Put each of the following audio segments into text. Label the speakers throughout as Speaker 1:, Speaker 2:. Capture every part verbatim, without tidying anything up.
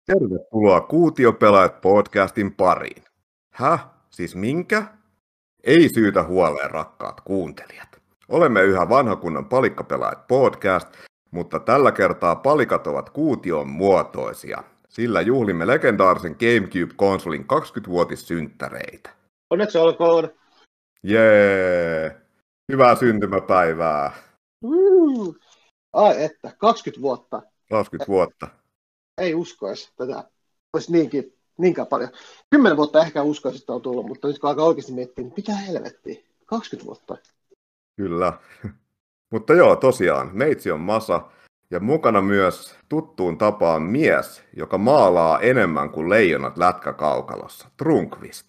Speaker 1: Tervetuloa Kuutiopelaajat podcastin pariin. Häh? Siis minkä? Ei syytä huoleen, rakkaat kuuntelijat. Olemme yhä vanha kunnon Palikkapelaajat podcast, mutta tällä kertaa palikat ovat kuution muotoisia. Sillä juhlimme legendaarisen GameCube-konsolin kaksikymmenvuotissynttäreitä.
Speaker 2: Onneksi olkoon.
Speaker 1: Jee! Hyvää syntymäpäivää.
Speaker 2: Mm. Ai että, kaksikymmentä vuotta.
Speaker 1: kaksikymmentä vuotta.
Speaker 2: Ei uskoisi tätä. Olisi niinkin, niinkään paljon. Kymmenen vuotta ehkä uskoisi, että on tullut, mutta nyt kun alkaa oikeasti miettiä, niin mitä helvettiä. kaksikymmentä vuotta.
Speaker 1: Kyllä. Mutta joo, tosiaan, meitsi on Masa, ja mukana myös tuttuun tapaan mies, joka maalaa enemmän kuin leijonat lätkäkaukalossa. Trunkvist.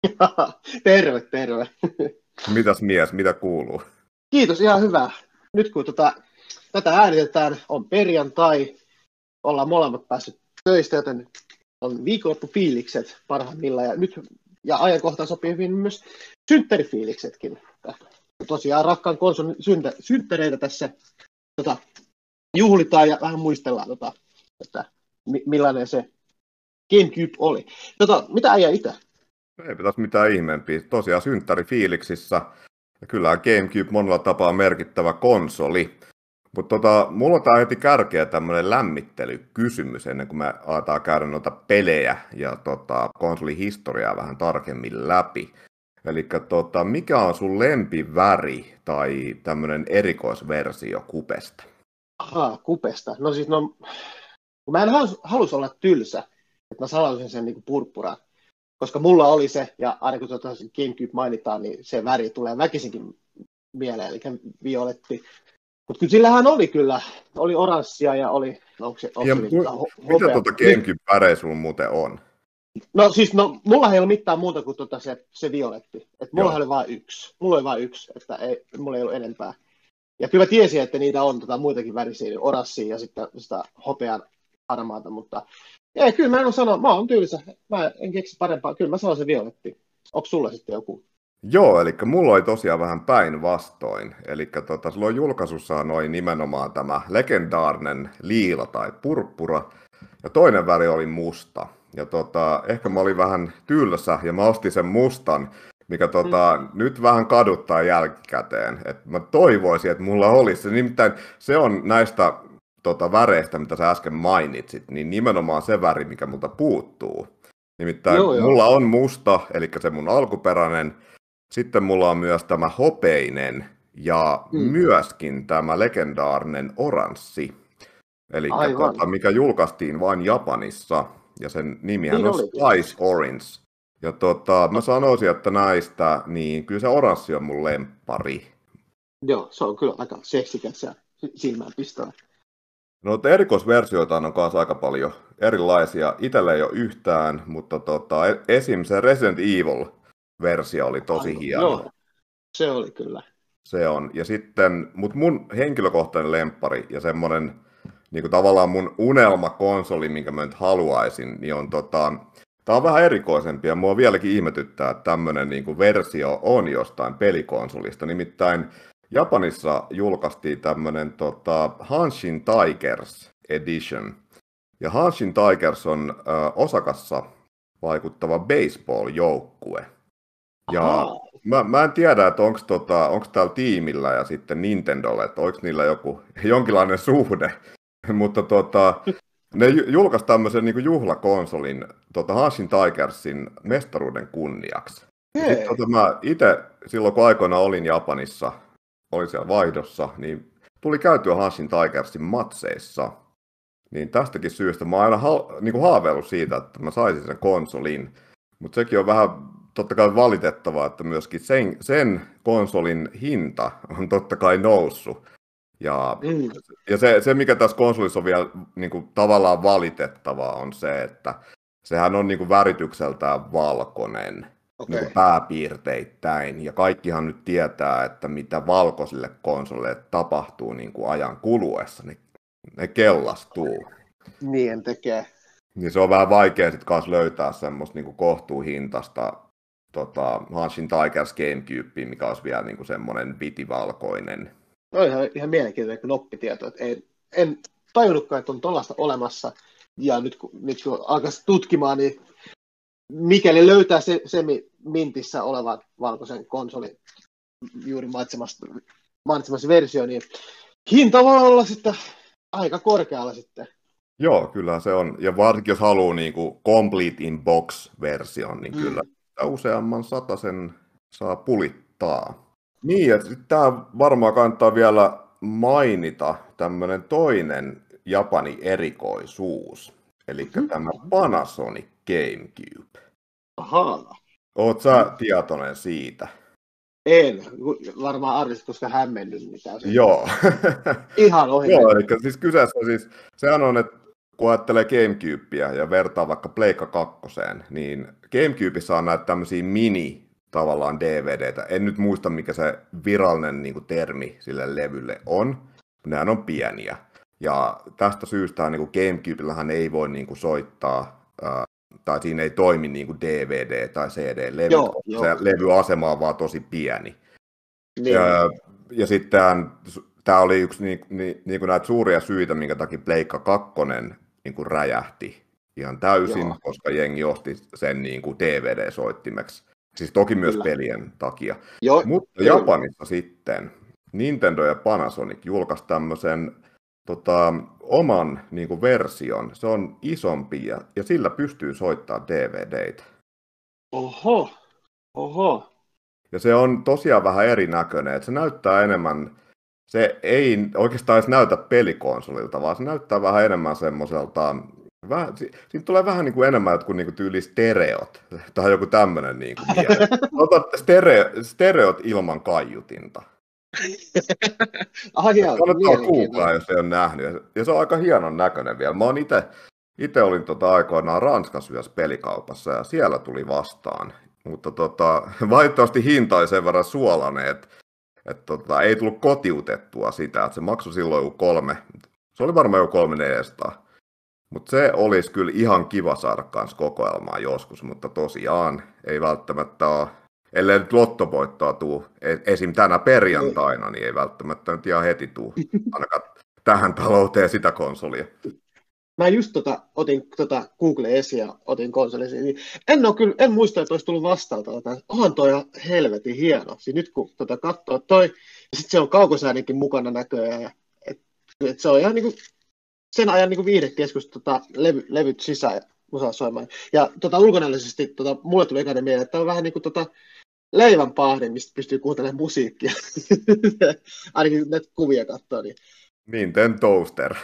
Speaker 2: Terve, terve.
Speaker 1: Mitäs mies, mitä kuuluu?
Speaker 2: Kiitos, ihan hyvä. Nyt kun tota, tätä äänitetään, on perjantai, ollaan molemmat päässyt töistä, joten on viikonloppufiilikset parhaimmillaan. Ja nyt ja ajankohtaan sopii hyvin myös synttärifiiliksetkin. Tosiaan rakkaan konsolin synttäreitä tässä tota, juhlitaan ja vähän muistellaan, tota, että millainen se GameCube oli. Tota, mitä äijä itse?
Speaker 1: Ei pitäisi mitään ihmeempiä. Tosiaan synttärifiiliksissä. Ja kyllähän GameCube monella tapaa merkittävä konsoli. Mutta tota, mulla on tää heti kärkeä tämmönen lämmittelykysymys ennen kuin me aletaan käydä noita pelejä ja tota, konsolihistoriaa vähän tarkemmin läpi. Eli tota, mikä on sun lempiväri tai tämmönen erikoisversio Kupesta?
Speaker 2: Ahaa, Kupesta. No siis, no, mä en halus, halus olla tylsä, että mä sanoisin sen niin kuin purppura. Koska mulla oli se, ja aina kun tuota GameCube mainitaan, niin se väri tulee väkisinkin mieleen, eli violetti. Mutta kyllä sillähän oli kyllä, oli oranssia ja oli, no onko se, onko
Speaker 1: ja
Speaker 2: se
Speaker 1: mu-
Speaker 2: niin,
Speaker 1: mitä tuota GameCube-väreä sulla muuten on?
Speaker 2: No siis, no mulla ei ole mitään muuta kuin tuota se, se violetti. Että mulla oli vain yksi, mulla oli vain yksi, että ei, mulla ei ollut enempää. Ja kyllä mä tiesin, että niitä on tota, muitakin värisiä, oranssia ja sitten sitä hopean harmaata, mutta ei, kyllä mä en sano, mä oon tylsä, mä en keksi parempaa, kyllä mä sanon se violetti. Onko sulla sitten joku?
Speaker 1: Joo, eli mulla oli tosiaan vähän päinvastoin. Eli tota, silloin julkaisussa oli nimenomaan tämä legendaarinen liila tai purppura, ja toinen väri oli musta. Ja tota, ehkä mä olin vähän tylsä, ja mä ostin sen mustan, mikä tota, mm. nyt vähän kaduttaa jälkikäteen. Et mä toivoisin, että mulla olisi se, nimittäin se on näistä tota, väreistä, mitä sä äsken mainitsit, niin nimenomaan se väri, mikä multa puuttuu. Nimittäin joo, mulla joo. on musta, eli se mun alkuperäinen. Sitten mulla on myös tämä hopeinen ja mm. myöskin tämä legendaarinen oranssi, eli tuota, mikä julkaistiin vain Japanissa, ja sen nimihän niin on Spice Orange. Ja tuota, mä sanoisin, että näistä, niin kyllä se oranssi on mun lemppari.
Speaker 2: Joo, se on kyllä aika seksikäs ja silmään pistävä.
Speaker 1: No erikoisversioita on kanssa aika paljon erilaisia. Itsellä ei ole yhtään, mutta tota, esim. Se Resident Evil versio oli tosi Aivan, hieno.
Speaker 2: Joo, se oli kyllä.
Speaker 1: Se on. Ja sitten, mut mun henkilökohtainen lemppari ja semmonen niinku tavallaan mun unelmakonsoli, minkä mä nyt haluaisin, niin on tota, tää on vähän erikoisempi ja mua vieläkin ihmetyttää, että tämmönen niinku versio on jostain pelikonsolista. Nimittäin Japanissa julkaistiin tämmönen tota, Hanshin Tigers Edition. Ja Hanshin Tigers on ö, Osakassa vaikuttava baseball-joukkue. Ja mä, mä en tiedä, että onko tota, täällä tiimillä ja sitten Nintendolle, että onko niillä joku jonkinlainen suhde, mutta tota, ne julkaisi tämmöisen niin kuin juhlakonsolin tota Hanshin Tigersin mestaruuden kunniaksi. Sitten, tota, mä itse silloin, kun aikoina olin Japanissa, olin siellä vaihdossa, niin tuli käytyä Hanshin Tigersin matseissa. Niin tästäkin syystä mä oon aina ha- niin kuin haaveillut siitä, että mä saisin sen konsolin, mutta sekin on vähän totta kai valitettavaa, että myöskin sen, sen konsolin hinta on totta kai noussut. Ja, mm. ja se, se, mikä tässä konsolissa on vielä niin kuin, tavallaan valitettavaa, on se, että sehän on niin kuin, väritykseltään valkoinen okay. niin kuin pääpiirteittäin. Ja kaikkihan nyt tietää, että mitä valkoisille konsoleille tapahtuu niin kuin ajan kuluessa. Ne, ne kellastuu.
Speaker 2: Niin tekee.
Speaker 1: Niin se on vähän vaikea sitten kanssa löytää semmoista niin kuin kohtuuhintasta tota, Hanshin Tigers GameCube, mikä olisi vielä niin kuin semmoinen vitivalkoinen.
Speaker 2: No ihan, ihan mielenkiintoinen knoppitieto, että en, en tajunnutkaan, että on tuollaista olemassa. ja nyt kun, nyt kun alkaisi tutkimaan, niin mikäli löytää se semi-mintissä olevan valkoisen konsolin juuri mainitsemassa, mainitsemassa versio, niin hinta voi olla sitten aika korkealla sitten.
Speaker 1: Joo, kyllä se on. Ja varsinkin jos haluaa niin kuin complete in box-version, niin kyllä mm. useamman satasen saa pulittaa. Niin, ja sitten tämä varmaan kannattaa vielä mainita tämmöinen toinen Japani erikoisuus. Eli mm-hmm. tämä Panasonic GameCube.
Speaker 2: Ahaa.
Speaker 1: Oot sä tietoinen siitä?
Speaker 2: En. Varmaan arvistit, koska hämmennyt mitään.
Speaker 1: Joo.
Speaker 2: Ihan ohi.
Speaker 1: Joo, eli siis kyseessä siis, sehän on, että kun ajattelee GameCubea ja vertaa vaikka Pleikka kakkoseen, niin GameCubeissa on näitä tämmöisiä mini tavallaan D V D:tä. En nyt muista, mikä se virallinen niin kuin, termi sille levylle on. Nehän on pieniä. Ja tästä syystä niin GameCubellahan ei voi niin kuin, soittaa, ää, tai siinä ei toimi niin kuin D V D tai C D-levy.
Speaker 2: Joo, jo.
Speaker 1: Se levyasema on vaan tosi pieni.
Speaker 2: Niin.
Speaker 1: Ja, ja sitten tämä oli yksi niin, niin, niin kuin näitä suuria syitä, minkä takia Pleikka kakkonen niin kuin räjähti ihan täysin, Joo. koska jengi osti sen niin kuin D V D-soittimeksi. Siis toki myös Kyllä. pelien takia.
Speaker 2: Joo,
Speaker 1: Mutta
Speaker 2: kyllä.
Speaker 1: Japanissa sitten Nintendo ja Panasonic julkaisi tämmöisen tota, oman niin kuin version. Se on isompi ja, ja sillä pystyy soittamaan D V D:itä.
Speaker 2: Oho, oho.
Speaker 1: Ja se on tosiaan vähän erinäköinen, että se näyttää enemmän, se ei oikeastaan edes näytä pelikonsolilta, vaan se näyttää vähän enemmän semmoiselta, vähän, siitä tulee vähän niin kuin enemmän kuin, niin kuin tyyli stereot, tai joku tämmöinen niin kuin miele. Ota stereo, stereot ilman kaiutinta.
Speaker 2: Ah, joo,
Speaker 1: kannattaa googlaa, jos ei ole nähnyt, ja se on aika hienon näköinen vielä. Mä oon ite, ite olin tota aikoinaan Ranskassa yhdessä pelikaupassa, ja siellä tuli vastaan. Mutta tota, valitettavasti hinta oli sen verran suolainen, että et tota, ei tullut kotiutettua sitä, että se maksoi silloin joku kolme, se oli varmaan jo kolme neljäsataa. Mutta se olisi kyllä ihan kiva saada kans kokoelmaa joskus, mutta tosiaan ei välttämättä ole, ellei nyt lottovoittoa tuu, esim. Tänä perjantaina, niin ei välttämättä nyt ihan heti tuu ainakaan tähän talouteen sitä konsolia.
Speaker 2: Mä just tota, otin tota Google esiin ja otin konsolisiin, niin en, ole kyllä, en muista, että olisi tullut vastaan tota, onhan toi ihan helvetin hieno. Siis nyt kun tota katsoo toi, ja sitten se on kaukosäädinkin mukana näköjään, ja et, et se on ihan niinku sen ajan niinku viihdekeskus tota, levy, levyt sisään musaa soimaan. Ja tota, ulkonäöllisesti tota, mulle tuli ekaan mieleen, että on vähän niinku tota leivän pahde, mistä pystyy kuuntelemaan musiikkia. Ainakin näitä kuvia katsoo. Niin.
Speaker 1: Nintendo Toaster.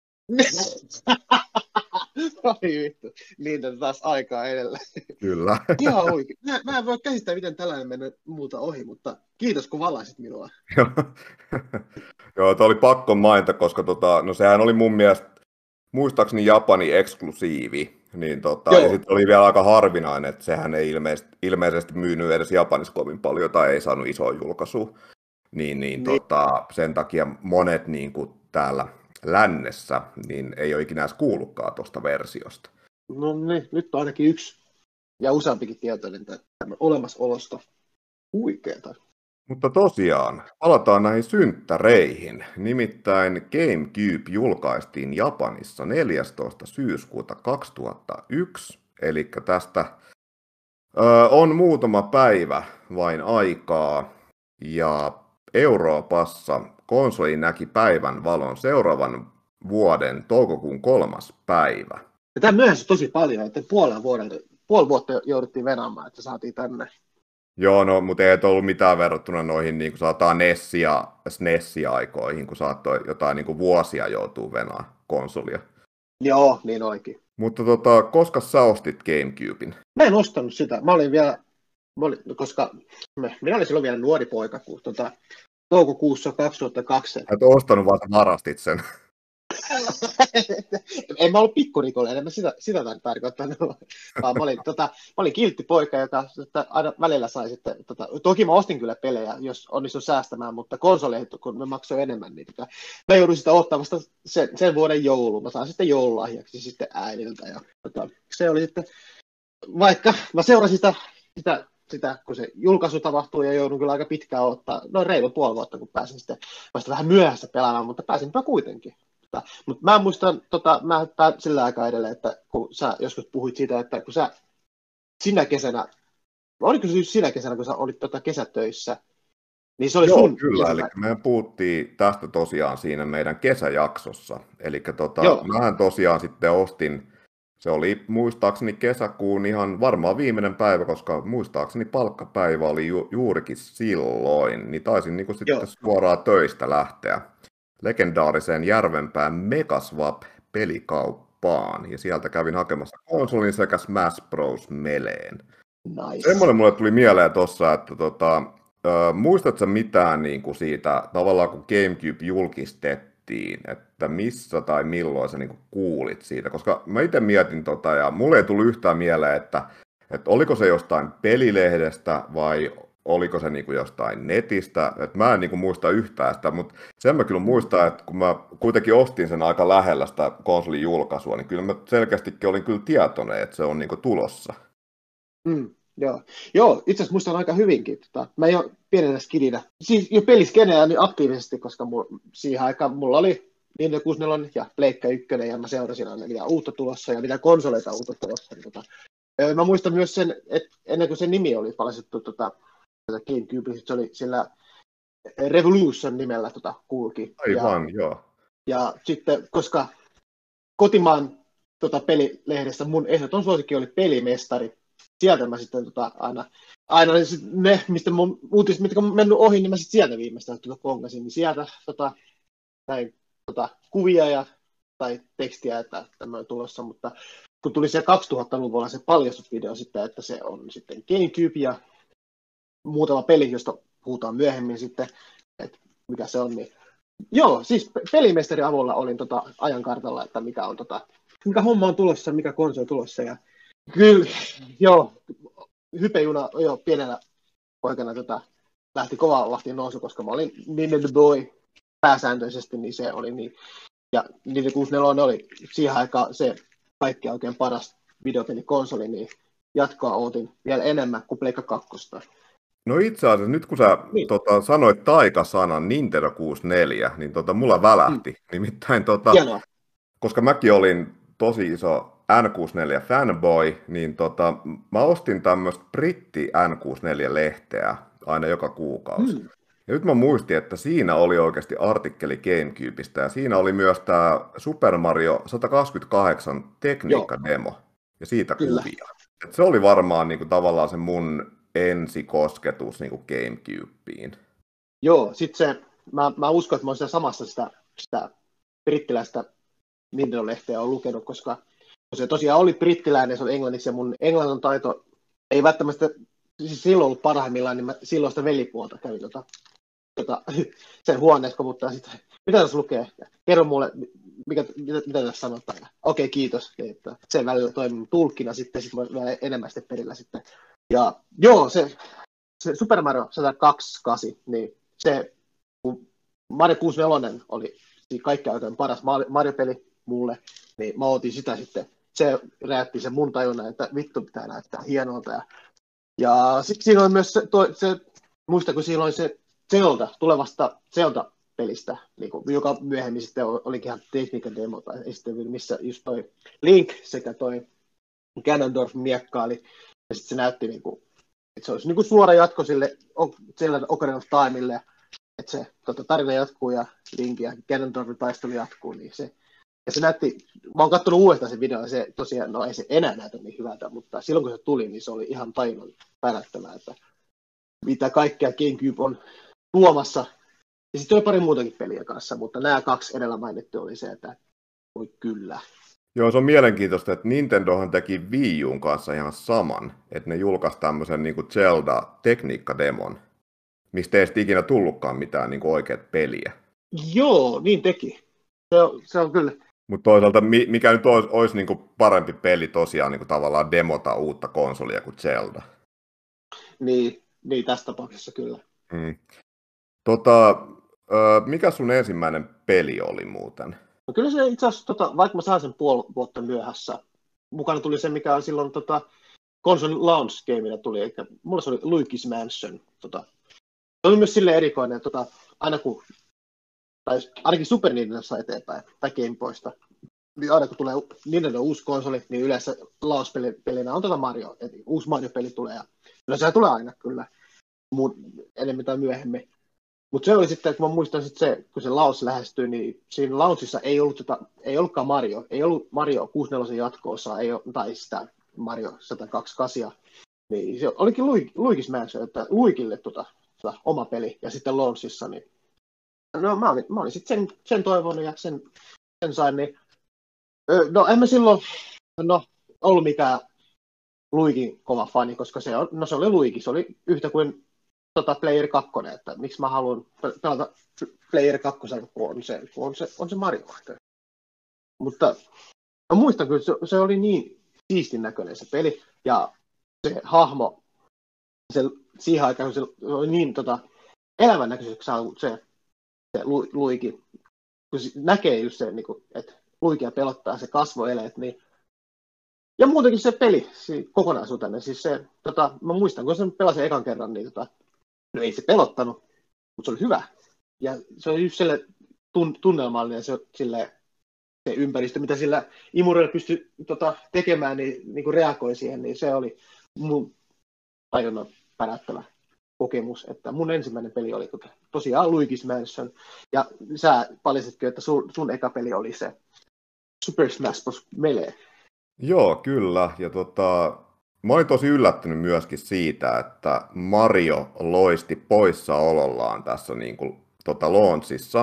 Speaker 2: Ai vittu, niin taas aikaa edelleen.
Speaker 1: Kyllä.
Speaker 2: Ihan oikein. Mä, mä en voi käsittää, miten tällainen menee muuta ohi, mutta kiitos kun valaisit minua.
Speaker 1: Joo, tämä oli pakko mainita, koska tota, no sehän oli mun mielestä, muistaakseni Japani eksklusiivi, niin tota, ja sitten oli vielä aika harvinainen, että sehän ei ilmeisesti, ilmeisesti myynyt edes Japanissa kovin paljon tai ei saanut isoa julkaisua. Niin, niin, niin. Tota, sen takia monet niin kuin täällä lännessä, niin ei ole ikinä edes kuullutkaan tuosta versiosta.
Speaker 2: No niin, nyt on ainakin yksi ja useampikin tietoinen tämän olemasolosta. Huikeeta.
Speaker 1: Mutta tosiaan, palataan näihin synttäreihin. Nimittäin GameCube julkaistiin Japanissa neljästoista syyskuuta kaksituhattayksi, eli tästä ö, on muutama päivä vain aikaa, ja Euroopassa konsoli näki päivän valon seuraavan vuoden toukokuun kolmas päivä.
Speaker 2: Ja tämä myöhässä tosi paljon, että puolen vuoden, puoli vuotta jouduttiin venaamaan, että saatiin tänne.
Speaker 1: Joo, no, mutta ei ollut mitään verrattuna noihin niin kuin saataan NES- ja S N E S-aikoihin, kun saattoi jotain niin kuin vuosia joutuu venaa konsolia.
Speaker 2: Joo, niin oikein.
Speaker 1: Mutta tota, koska sä ostit GameCuben?
Speaker 2: Mä en ostanut sitä. Mä olin vielä, mä olin, koska minä olin silloin vielä nuori poika, kun tota, toukokuussa kaksituhattakaksi.
Speaker 1: Et ostanut, vaan varastit sen.
Speaker 2: En mä ollut pikkurikollinen, en mä sitä, sitä tarkoittanut, vaan mä olin, tota, mä olin kiltti poika, joka että aina välillä sai sitten, tota, toki mä ostin kyllä pelejä, jos onnistuin säästämään, mutta konsoleja, kun me maksoi enemmän, niin tota, mä joudun sitä ottaa vasta sen, sen vuoden jouluun, mä saan sitten joululahjaksi sitten äidiltä, ja tota, se oli sitten, vaikka mä seurasin sitä, sitä, sitä, kun se julkaisu tapahtui ja joudun kyllä aika pitkään ottaa, noin reilu puoli vuotta, kun pääsin sitten vasta vähän myöhässä pelaamaan, mutta pääsinpä kuitenkin. Mutta mä muistan, tota, mä hyppään sillä aikaa edelleen, että kun sä joskus puhuit siitä, että kun sä sinä kesänä, oliko se just sinä kesänä, kun sä olit tota kesätöissä, niin se oli
Speaker 1: Joo,
Speaker 2: sun
Speaker 1: kyllä.
Speaker 2: kesä.
Speaker 1: Eli me puhuttiin tästä tosiaan siinä meidän kesäjaksossa. Eli tota,
Speaker 2: Joo.
Speaker 1: mähän tosiaan sitten ostin, se oli muistaakseni kesäkuun ihan varmaan viimeinen päivä, koska muistaakseni palkkapäivä oli ju- juurikin silloin, niin taisin niin sitten
Speaker 2: Joo.
Speaker 1: suoraan töistä lähteä legendaariseen Järvenpään Megaswap-pelikauppaan, ja sieltä kävin hakemassa konsolin sekä Smash Bros. Meleen.
Speaker 2: Nice.
Speaker 1: Semmoinen mulle tuli mieleen tuossa, että tota, ö, muistatko mitään niin kuin siitä, tavallaan kun GameCube julkistettiin, että missä tai milloin sä niin kuin kuulit siitä? Koska mä itse mietin tota, ja mulle ei tullut yhtään mieleen, että, että oliko se jostain pelilehdestä vai oliko se niin kuin jostain netistä. Että mä en niin kuin muista yhtään sitä, mutta sen mä kyllä muistan, että kun mä kuitenkin ostin sen aika lähellä sitä konsolin julkaisua, niin kyllä mä selkeästikin olin kyllä tietoinen, että se on niin kuin tulossa.
Speaker 2: Mm, joo. joo, itse asiassa muistan aika hyvinkin. Tota, mä jo pienenä skidinä, siis jo peliskenejä niin aktiivisesti, koska mul, siihen aikaan mulla oli Nintendo kuusikymmentäneljä ja Pleikka yksi, ja mä seurasin aina mitä uutta tulossa ja mitä konsoleita uutta tulossa. Niin, tota, mä muistan myös sen, että ennen kuin sen nimi oli paljastettu tota, GameCube, se oli sillä Revolution nimellä tota, kulki.
Speaker 1: Aivan,
Speaker 2: ja,
Speaker 1: joo.
Speaker 2: Ja sitten, koska kotimaan tota, pelilehdessä mun ehdoton suosikki oli Pelimestari, sieltä mä sitten tota, aina, aina ne, mistä mun uutiset, mitkä on mennyt ohi, niin mä sitten sieltä viimeistään tota, kongasin, niin sieltä tota, näin, tota, kuvia ja, tai tekstiä, että tämä on tulossa, mutta kun tuli se kaksituhattaluvulla se paljastusvideo sitten, että se on sitten GameCube ja muutama peli, josta puhutaan myöhemmin sitten, että mikä se on, niin joo, siis Pelimestarin avulla olin tota ajankartalla, että mikä on tota, mikä homma on tulossa, mikä konsoli on tulossa, ja kyllä, joo, hypejuna jo pienenä poikana tota, lähti kovaa vahtiin nousu, koska mä olin Nintendo Boy pääsääntöisesti, niin se oli niin, ja Nintendo kuusikymmentäneljä oli siihen aikaan se kaikki oikein paras videopelikonsoli, niin jatkoa ootin vielä enemmän kuin Pleikka kakkosta.
Speaker 1: No itse asiassa, nyt kun sä
Speaker 2: Niin.
Speaker 1: tota, sanoit taikasanan Nintendo kuusikymmentäneljä, niin tota, mulla välähti. Mm. Nimittäin, tota, koska mäkin olin tosi iso N kuusikymmentäneljä fanboy, niin tota, mä ostin tämmöistä britti N kuusikymmentäneljä-lehteä aina joka kuukausi. Mm. Ja nyt mä muistin, että siinä oli oikeasti artikkeli GameCubeista, ja siinä oli myös tämä Super Mario sata kaksikymmentäkahdeksan tekniikka-demo, ja siitä
Speaker 2: Kyllä.
Speaker 1: kuvia. Et se oli varmaan niinku, tavallaan se mun ensikosketus niinku GameCubeen.
Speaker 2: Joo, sit se, mä, mä uskon, että mä oon sitä samassa sitä, sitä brittiläistä Nintendo-lehteä on lukenut, koska se tosiaan oli brittiläinen, se on englanniksi, ja mun englannin taito ei välttämättä siis silloin ollut parhaimmillaan, niin mä silloin sitä velipuolta kävin tota, tota, sen huoneessa, mutta sitten, mitä tässä lukee? Kerro mulle, mikä, mitä, mitä tässä sanotaan. Okei, okay, kiitos. Että sen välillä toimin tulkkina sitten, sitten mä vähän enemmän sitten perillä sitten. Ja joo, se, se Super Mario sata kaksikymmentäkahdeksan, niin se, kun Mario kuusikymmentäneljä oli kaikkein aikojen paras Mario-peli mulle, niin mä otin sitä sitten. Se räjähti se mun tajunnan, että vittu pitää näyttää hienolta. Ja, ja sitten siinä on myös se, toi, se muista, kun siinä oli se Zelda, tulevasta Zelda-pelistä, niin kuin, joka myöhemmin sitten olikin ihan tekniikan demo, tai sitten missä just toi Link sekä toi Ganondorf miekkaili, ja sitten se näytti, niin kuin, että se olisi niin kuin suora jatko sille Zelda Ocarina of Timelle, että se tota, tarina jatkuu ja Link ja Ganondorfin taistelu jatkuu, niin se, ja se näytti, mä oon katsonut uudestaan sen videon, ja se tosiaan, no ei se enää näytä niin hyvältä, mutta silloin kun se tuli, niin se oli ihan tajunnan pärättävää, että mitä kaikkea GameCube on tuomassa. Ja sitten oli pari muutakin peliä kanssa, mutta nämä kaksi edellä mainittu oli se, että voi kyllä.
Speaker 1: Joo, se on mielenkiintoista, että Nintendohan teki Wii U:n kanssa ihan saman, että ne julkaisi tämmöisen niin kuin Zelda-tekniikka-demon, mistä ei sitten ikinä tullutkaan mitään niin kuin oikeat peliä.
Speaker 2: Joo, niin teki. Se on, se on kyllä.
Speaker 1: Mutta toisaalta mikä nyt olisi, olisi niin kuin parempi peli tosiaan niin kuin tavallaan demota uutta konsolia kuin Zelda.
Speaker 2: Niin, niin tässä tapauksessa kyllä.
Speaker 1: Mm. Tota, mikä sun ensimmäinen peli oli muuten?
Speaker 2: No kyllä se itse asiassa, tota, vaikka mä saan sen puoli vuotta myöhässä, mukana tuli se, mikä on silloin tota, konsolin launch gameina tuli, eli mulla se oli Luigi's Mansion. Tota. Se oli myös silleen erikoinen, tota, aina kun tai ainakin Super Nintendossa eteenpäin, tai Game Boysta. Niin aina kun tulee Nintendo uusi konsoli, niin yleensä lauspelinä on tuota Mario, eli uusi Mario-peli tulee, ja yleensä se tulee aina kyllä, mut enemmän tai myöhemmin. Mutta se oli sitten, kun mä muistan sit se, kun se launch lähestyi, niin siinä launchissa ei, ollut tota, ei ollutkaan Mario, ei ollut Mario kuusikymmentäneljä jatko-osaa, ei ole, tai sitä Mario sata kaksikymmentäkahdeksan, niin se olikin Luig, Luigi's Mansion, että Luigille tota, tota, oma peli, ja sitten launchissa, niin no mä olin, mä olin sitten sen, sen toivonut ja sen, sen sain, niin no en mä silloin no, ollut mikään Luigin kova fani, koska se, on, no, se oli Luigi, se oli yhtä kuin tota, Player kaksi, että miksi mä haluan pelata Player kaksi, kun on se, kun on se, on se Mario. Mutta mä muistan kyllä, se, se oli niin siistin näköinen se peli, ja se hahmo, se, siihen aikaan se oli niin tota, elävän näköiseksi saanut se, se Lu, Luigi, kun näkee just se, niin kuin, että Luigia pelottaa se kasvoeleet, niin ja muutenkin se peli kokonaisuutena, siis se, tota, mä muistan, kun sen pelasin ekan kerran, niin tota, no ei se pelottanut, mutta se oli hyvä. Ja se oli just sille tun, tunnelmallinen se, sille, se ympäristö, mitä sillä imurilla pystyi tota, tekemään, niin, niin kuin reagoi siihen, niin se oli mun aivan pärättävä kokemus, että mun ensimmäinen peli oli tota, tosiaan Luigi's Mansion, ja sä paljastitkin, että sun, sun eka peli oli se Super Smash Bros. Melee.
Speaker 1: Joo, kyllä. Ja tota, mä olin tosi yllättynyt myöskin siitä, että Mario loisti poissaolollaan tässä niin kuin, tota, launchissa.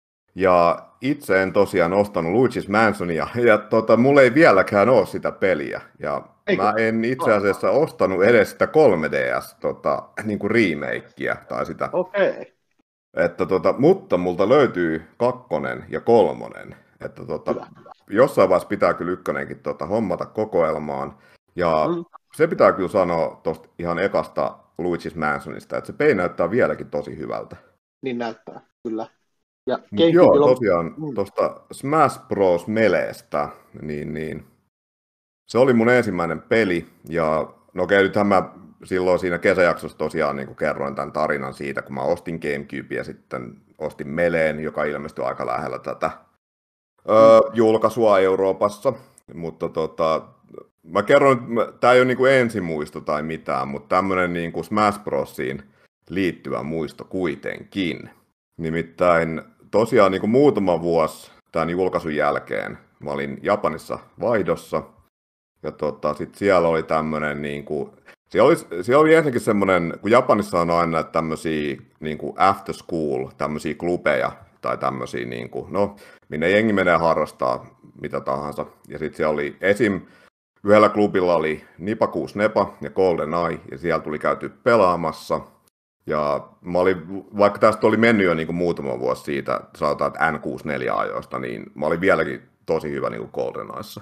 Speaker 1: Ja itse en tosiaan ostanut Luigi's Mansionia, ja tota, mulla ei vieläkään ole sitä peliä. Ja Eikö? Mä en itse asiassa ostanut edes sitä kolme D S tota, niin kuin remakeä tai sitä.
Speaker 2: Okei. Okay.
Speaker 1: Että, tota, mutta multa löytyy kakkonen ja kolmonen. Että, tota, jossain vaiheessa pitää kyllä ykkönenkin tota, hommata kokoelmaan. Ja mm. se pitää kyllä sanoa tuosta ihan ekasta Luigi's Mansionista, että se peli näyttää vieläkin tosi hyvältä.
Speaker 2: Niin näyttää, kyllä. Ja
Speaker 1: joo, tosiaan mm. tuosta Smash Bros. Meleestä, niin, niin se oli mun ensimmäinen peli. Ja no okei, nythän mä silloin siinä kesäjaksossa tosiaan niin kerroin tämän tarinan siitä, kun mä ostin GameCube ja sitten ostin Meleen, joka ilmestyi aika lähellä tätä Öö, julkaisua Euroopassa, mutta tota, mä kerron, että tämä ei ole niinku ensimuisto tai mitään, mutta tämmöinen niinku Smash Brosiin liittyvä muisto kuitenkin. Nimittäin tosiaan niinku muutama vuosi tämän julkaisun jälkeen mä olin Japanissa vaihdossa, ja tota, sit siellä oli tämmöinen, niinku, siellä oli, siellä oli ensinnäkin semmoinen, kun Japanissa on aina tämmöisiä niinku after school, tämmöisiä klubeja, tai tämmöisiä, niin kuin, no, minne jengi menee harrastaa mitä tahansa. Ja sitten siellä oli esim. Yhdellä klubilla oli Nipa kuusi Nepa ja Golden Eye, ja siellä tuli käyty pelaamassa. Ja mä olin, vaikka tästä oli mennyt jo niin kuin muutama vuosi siitä, sanotaan, että N kuusikymmentäneljä-ajoista, niin mä olin vieläkin tosi hyvä niin kuin Golden Eyessa.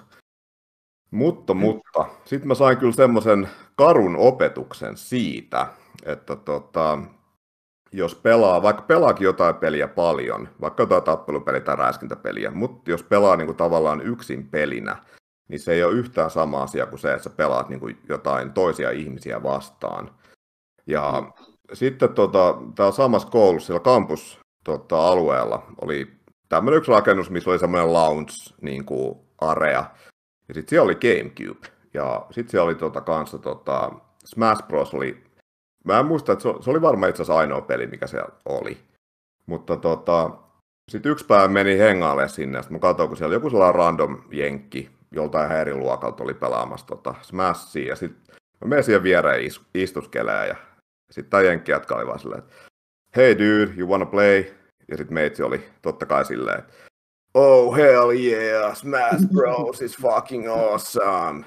Speaker 1: Mutta, mm. mutta, sitten mä sain kyllä semmoisen karun opetuksen siitä, että tota, jos pelaa, vaikka pelaakin jotain peliä paljon, vaikka jotain tappelupeliä tai räiskintäpeliä, mutta jos pelaa niin kuin tavallaan yksin pelinä, niin se ei ole yhtään sama asia kuin se, että sä pelaat niin kuin jotain toisia ihmisiä vastaan. Ja mm. sitten tota, täällä samassa koulussa, siellä campus-alueella, tota, oli tämmöinen yksi rakennus, missä oli semmoinen lounge, niin kuin area, ja sitten siellä oli GameCube, ja sitten siellä oli tota, kanssa tota, Smash Bros. Oli. Mä en muista, että se oli varmaan itse asiassa ainoa peli, mikä siellä oli. Mutta tota, sitten yksi päivä meni hengaalle sinne, ja sitten mä katsoin, kun siellä joku sellainen random jenkki joltain ihan eri luokalta oli pelaamassa tota Smashia, ja sitten mä menin siihen viereen is- istuskeleen, ja sitten tämä jenkki jatka oli vaan silleen, että hey dude, you wanna play? Ja sitten meitsi oli totta kai silleen, että oh hell yeah, Smash Bros is fucking awesome.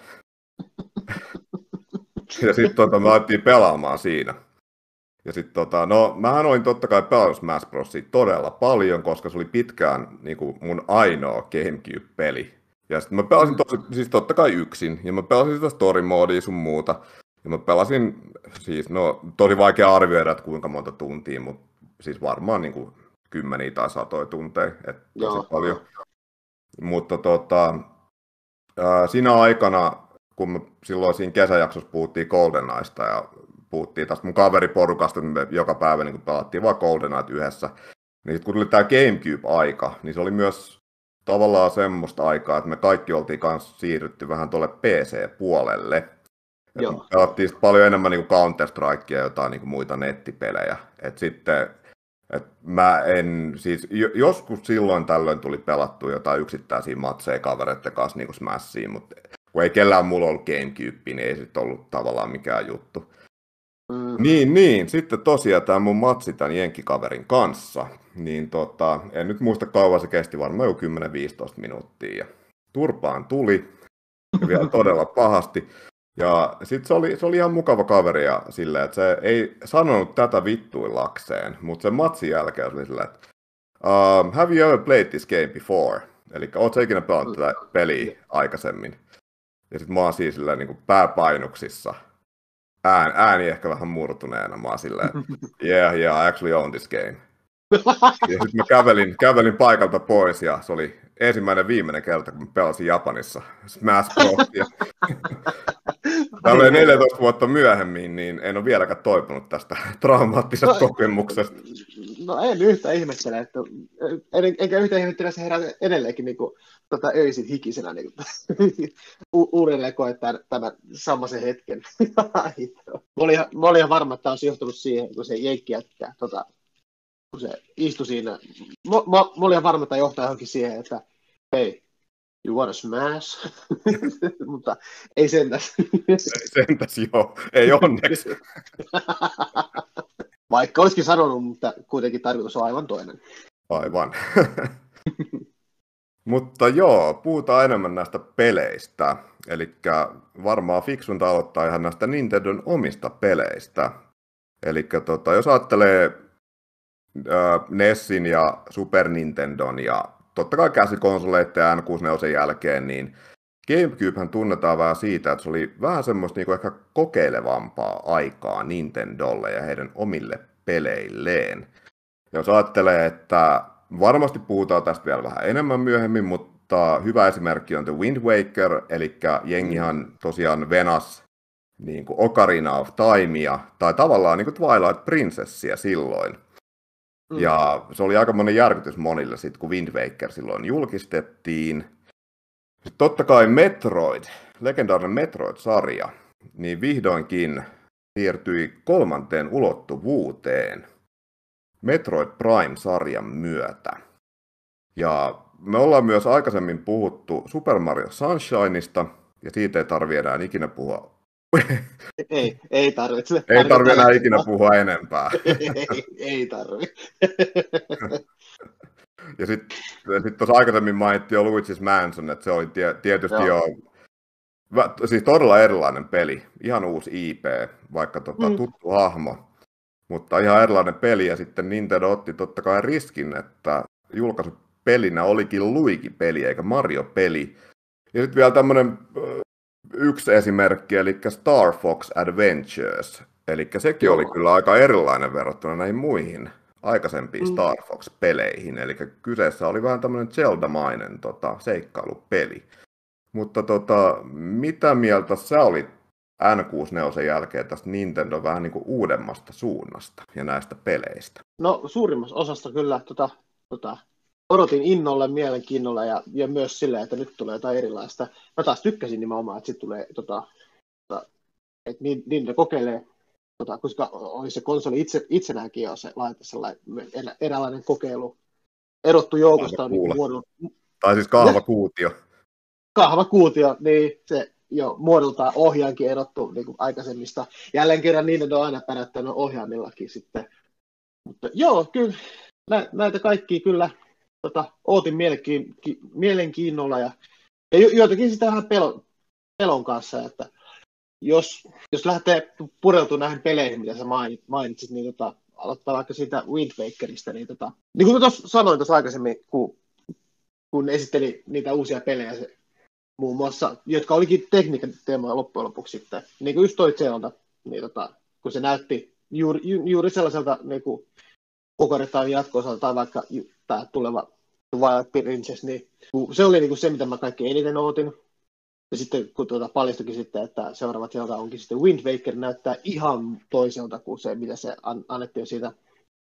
Speaker 1: Ja sitten tota, me alettiin pelaamaan siinä. Ja sitten tota, no mähän olin totta kai pelannut Smash Brosia todella paljon, koska se oli pitkään niin kuin mun ainoa GameCube-peli. Ja sitten mä pelasin tosi, siis totta kai yksin, ja mä pelasin sitä story-moodia sun muuta. Ja mä pelasin, siis no tosi vaikea arvioida, että kuinka monta tuntia, mutta siis varmaan niin kuin kymmeniä tai satoja tunteja, että tosi Joo. paljon. Mutta tota, ää, siinä aikana, kun me silloin siinä kesäjaksossa puhuttiin GoldenEyesta ja puhuttiin tästä mun kaveriporukasta, että me joka päivä niin pelattiin vaan GoldenEyet yhdessä, Niin sit kun tuli tää GameCube-aika, niin se oli myös tavallaan semmoista aikaa, että me kaikki oltiin kanssa siirrytty vähän tuolle P C-puolelle. Et me pelattiin sit paljon enemmän niinku Counter-Strikea ja jotain niinku muita nettipelejä. Et sitten, et mä en, siis joskus silloin tällöin tuli pelattua jotain yksittäisiä matseja kavereiden kanssa niinku Smashiin, mutta kun ei kellään mulla ollut GameCube, niin ei sit ollut tavallaan mikään juttu. Mm. Niin, niin. Sitten tosiaan tämä mun matsi tämän jenkkikaverin kanssa, niin tota, en nyt muista kauan se kesti, varmaan jo kymmenen viisitoista minuuttia. Ja turpaan tuli, ja vielä todella pahasti. Ja sitten se oli, se oli ihan mukava kaveri ja silleen, että se ei sanonut tätä vittuillakseen, mutta sen matsin jälkeen se oli silleen, että uh, have you ever played this game before? Eli ootko ikinä pelannut tätä peliä aikaisemmin? Ja sitten mä oon siis silleen niin kuin pääpainuksissa. Ään, ääni ehkä vähän murtuneena, mä oon silleen, yeah, yeah, I actually own this game. Ja sitten mä kävelin, kävelin paikalta pois ja se oli ensimmäinen viimeinen kerta, kun mä pelasin Japanissa Smash Brosia. Tälleen neljätoista vuotta myöhemmin, niin en ole vieläkään toipunut tästä traumaattisesta no, kokemuksesta.
Speaker 2: No en yhtään ihmettele, että en, enkä yhtään ihmettele, se herää edelleenkin niin kuin, tota, öisin hikisenä niin kuin, u- uudelleen koettaa tämän samaisen hetken. mä, olin, mä olin ihan varma, että tämä olisi johtunut siihen, kun se jenkki jättää, tota, kun se istui siinä. Mä, mä, mä olin ihan varma, että johtaa johonkin siihen, että hei, you wanna smash? Mutta ei sentäs.
Speaker 1: Ei sentäs, joo. Ei onneksi.
Speaker 2: Vaikka olisikin sanonut, mutta kuitenkin tarkoitus on aivan toinen.
Speaker 1: Aivan. Mutta joo, puhutaan enemmän näistä peleistä. Eli varmaan fiksunta aloittaa ihan näistä Nintendon omista peleistä. Eli tota, jos ajattelee äh, Nessin ja Super Nintendon ja totta kai käsikonsoleiden ja N kuusikymmentäneljä jälkeen, niin GameCubehän tunnetaan vähän siitä, että se oli vähän semmoista niinku ehkä kokeilevampaa aikaa Nintendolle ja heidän omille peleilleen. Jos ajattelee, että varmasti puhutaan tästä vielä vähän enemmän myöhemmin, mutta hyvä esimerkki on The Wind Waker, eli jengihan tosiaan venas niin kuin Ocarina of Timea, tai tavallaan niin kuin Twilight Princessia silloin. Mm. Ja se oli aika monen järkytys monille sitten, kun Wind Waker silloin julkistettiin. Sitten totta kai Metroid, legendaarinen Metroid-sarja, niin vihdoinkin siirtyi kolmanteen ulottuvuuteen Metroid Prime-sarjan myötä. Ja me ollaan myös aikaisemmin puhuttu Super Mario Sunshineista, ja siitä ei tarvitse enää ikinä puhua.
Speaker 2: Ei, ei tarvitse.
Speaker 1: Ei tarvitse enää ikinä puhua enempää.
Speaker 2: Ei, ei tarvitse.
Speaker 1: Ja sitten sit tuossa aikaisemmin mainittiin jo Luigi's Mansion, että se oli tie, tietysti Joo. jo siis todella erilainen peli. Ihan uusi I P, vaikka tota, mm. tuttu hahmo. Mutta ihan erilainen peli, ja sitten Nintendo otti totta kai riskin, että julkaisupelinä olikin Luigi-peli eikä Mario-peli. Ja sitten vielä tämmöinen yksi esimerkki, eli Star Fox Adventures. Eli sekin Joo. oli kyllä aika erilainen verrattuna näihin muihin aikaisempiin mm. Star Fox-peleihin. Eli kyseessä oli vähän tämmöinen Zelda-mainen tota, seikkailupeli. Mutta tota, mitä mieltä sä olit N kuusikymmentäneljä jälkeen tästä Nintendo vähän niin kuin uudemmasta suunnasta ja näistä peleistä?
Speaker 2: No suurimmassa osasta kyllä tota, tota, odotin innolla, mielenkiinnolla ja, ja myös silleen, että nyt tulee jotain erilaista. Mä taas tykkäsin nimenomaan, että sitten tulee, tota, tota, että Nintendo kokeilee, tota, koska oli se konsoli itse, itsenäänkin jo se laite sellainen eräänlainen kokeilu. Erottu joukosta. Niin muodon...
Speaker 1: Tai siis kahvakuutio.
Speaker 2: Kahvakuutio, niin se jo muodoltaan ohjaankin erottu niin kuin aikaisemmista. Jälleen kerran Nintendo on aina pärättänyt ohjaamillakin sitten. Mutta joo, kyllä nä, näitä kaikkia kyllä tota, ootin mielenkiin, ki, mielenkiinnolla ja, ja joitakin sitä vähän pelon, pelon kanssa, että jos, jos lähtee pureutumaan näihin peleihin, mitä sä mainitsit, niin tota, aloittaa vaikka siitä Wind Wakerista, niin, tota, niin kuin tuossa sanoin tuossa aikaisemmin, kun, kun esitteli niitä uusia pelejä, se, muun muassa, jotka olikin tekniikan teemaa loppujen lopuksi sitten, niin kuin just toi Zelda, niin tota, kun se näytti juuri, ju, juuri sellaiselta niin kuin Ocarina jatko-osalta, tai vaikka tämä tuleva Twilight Princess, niin se oli niin kuin se, mitä mä kaikkein eniten ootin. Ja sitten kun tuota paljastukin sitten, että seuraava Zelda onkin sitten Wind Waker, näyttää ihan toiselta kuin se, mitä se an- annettiin siitä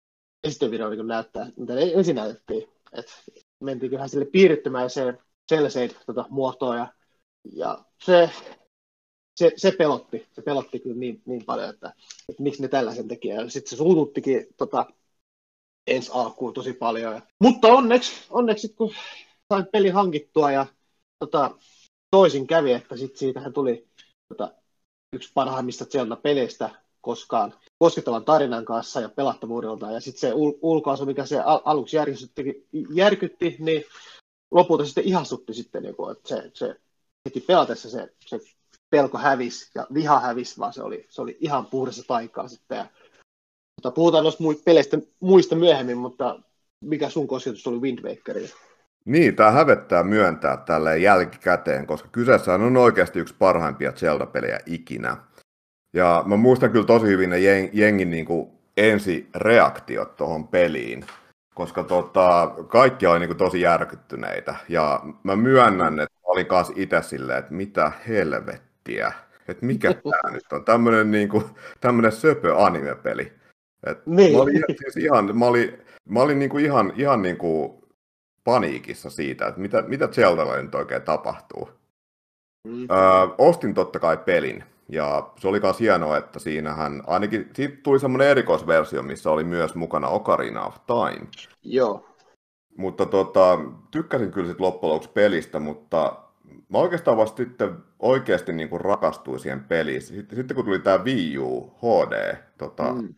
Speaker 2: esityvideo niin näyttää, mitä ne ensin näytettiin. Et mentiinköhän sille piirittymäiseen cel-shade tota, muotoon ja, ja se, se, se, pelotti, se pelotti kyllä niin, niin paljon, että, että miksi ne tällaisen teki. Ja sitten se suututtikin tota, ensi alkuun tosi paljon. Ja, mutta onneksi, onneksi kun sain peli hankittua ja tota, toisin kävi, että sitten siitähän tuli tota, yksi parhaimmista Zelda-peleistä koskaan koskettavan tarinan kanssa ja pelattavuudelta. Ja sitten se ul- ulkoasu, mikä se al- aluksi järkytti, niin lopulta sitten ihastutti sitten, niin kuin, että se, se heti pelatessa se, se pelko hävisi ja viha hävisi, vaan se oli, se oli ihan puhdasta taikaa sitten. Ja, mutta puhutaan noista mu- peleistä muista myöhemmin, mutta mikä sun kosketus oli Wind Wakerille?
Speaker 1: Niin, tämä hävettää myöntää tälleen jälkikäteen, koska kyseessä on oikeasti yksi parhaimpia Zelda-pelejä ikinä. Ja mä muistan kyllä tosi hyvin ne jeng, jengin niin kuin ensireaktiot tuohon peliin, koska tota, kaikki oli niin kuin tosi järkyttyneitä. Ja mä myönnän, että olin kanssa itse silleen, että mitä helvettiä, että mikä tämä nyt on, tämmöinen niin kuin, tämmöinen söpö anime-peli. Et
Speaker 2: niin.
Speaker 1: Mä olin, siis ihan, mä olin, mä olin niin kuin ihan, ihan niin kuin paniikissa siitä, että mitä, mitä Zeldalle nyt oikein tapahtuu. Mm. Öö, ostin totta kai pelin, ja se oli myös hienoa, että siinähän ainakin siitä tuli semmoinen erikoisversio, missä oli myös mukana Ocarina of Time.
Speaker 2: Joo.
Speaker 1: Mutta tota, tykkäsin kyllä sit loppujen lopuksi pelistä, mutta mä oikeastaan vasta sitten oikeasti niin kuin rakastuin siihen peliin. Sitten, sitten kun tuli tämä Wii U H D, tota, mm.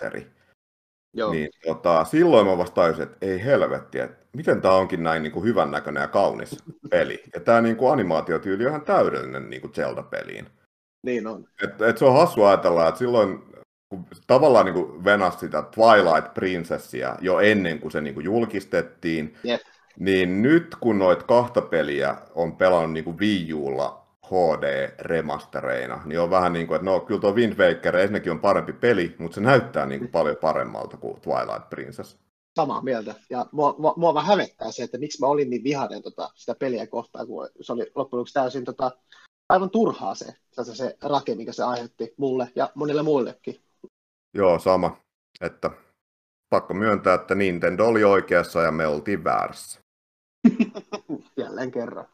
Speaker 2: Joo.
Speaker 1: Niin tota, silloin mä vasta tajusin, että ei helvetti, että miten tää onkin näin niin kuin hyvän näköinen ja kaunis peli. Ja tää niin kuin animaatiotyyli on ihan täydellinen niin kuin Zelda-peliin.
Speaker 2: Niin on.
Speaker 1: Et, et se on hassu ajatella, että silloin kun tavallaan niin kuin venasi sitä Twilight Princessia jo ennen kuin se niin kuin julkistettiin,
Speaker 2: yep.
Speaker 1: niin nyt kun noit kahta peliä on pelannut niin kuin Wii Ulla H D-remastereina, niin on vähän niin kuin, että no kyllä tuo Wind Waker ensinnäkin on parempi peli, mutta se näyttää niin kuin paljon paremmalta kuin Twilight Princess.
Speaker 2: Samaa mieltä. Ja mua, mua, mua vähän hävettää se, että miksi mä olin niin vihainen tota, sitä peliä kohtaan, kun se oli loppujen lopuksi täysin tota, aivan turhaa se, se, se rake, mikä se aiheutti mulle ja monille muillekin.
Speaker 1: Joo, sama. Että pakko myöntää, että Nintendo oli oikeassa ja me oltiin väärässä.
Speaker 2: Jälleen kerran.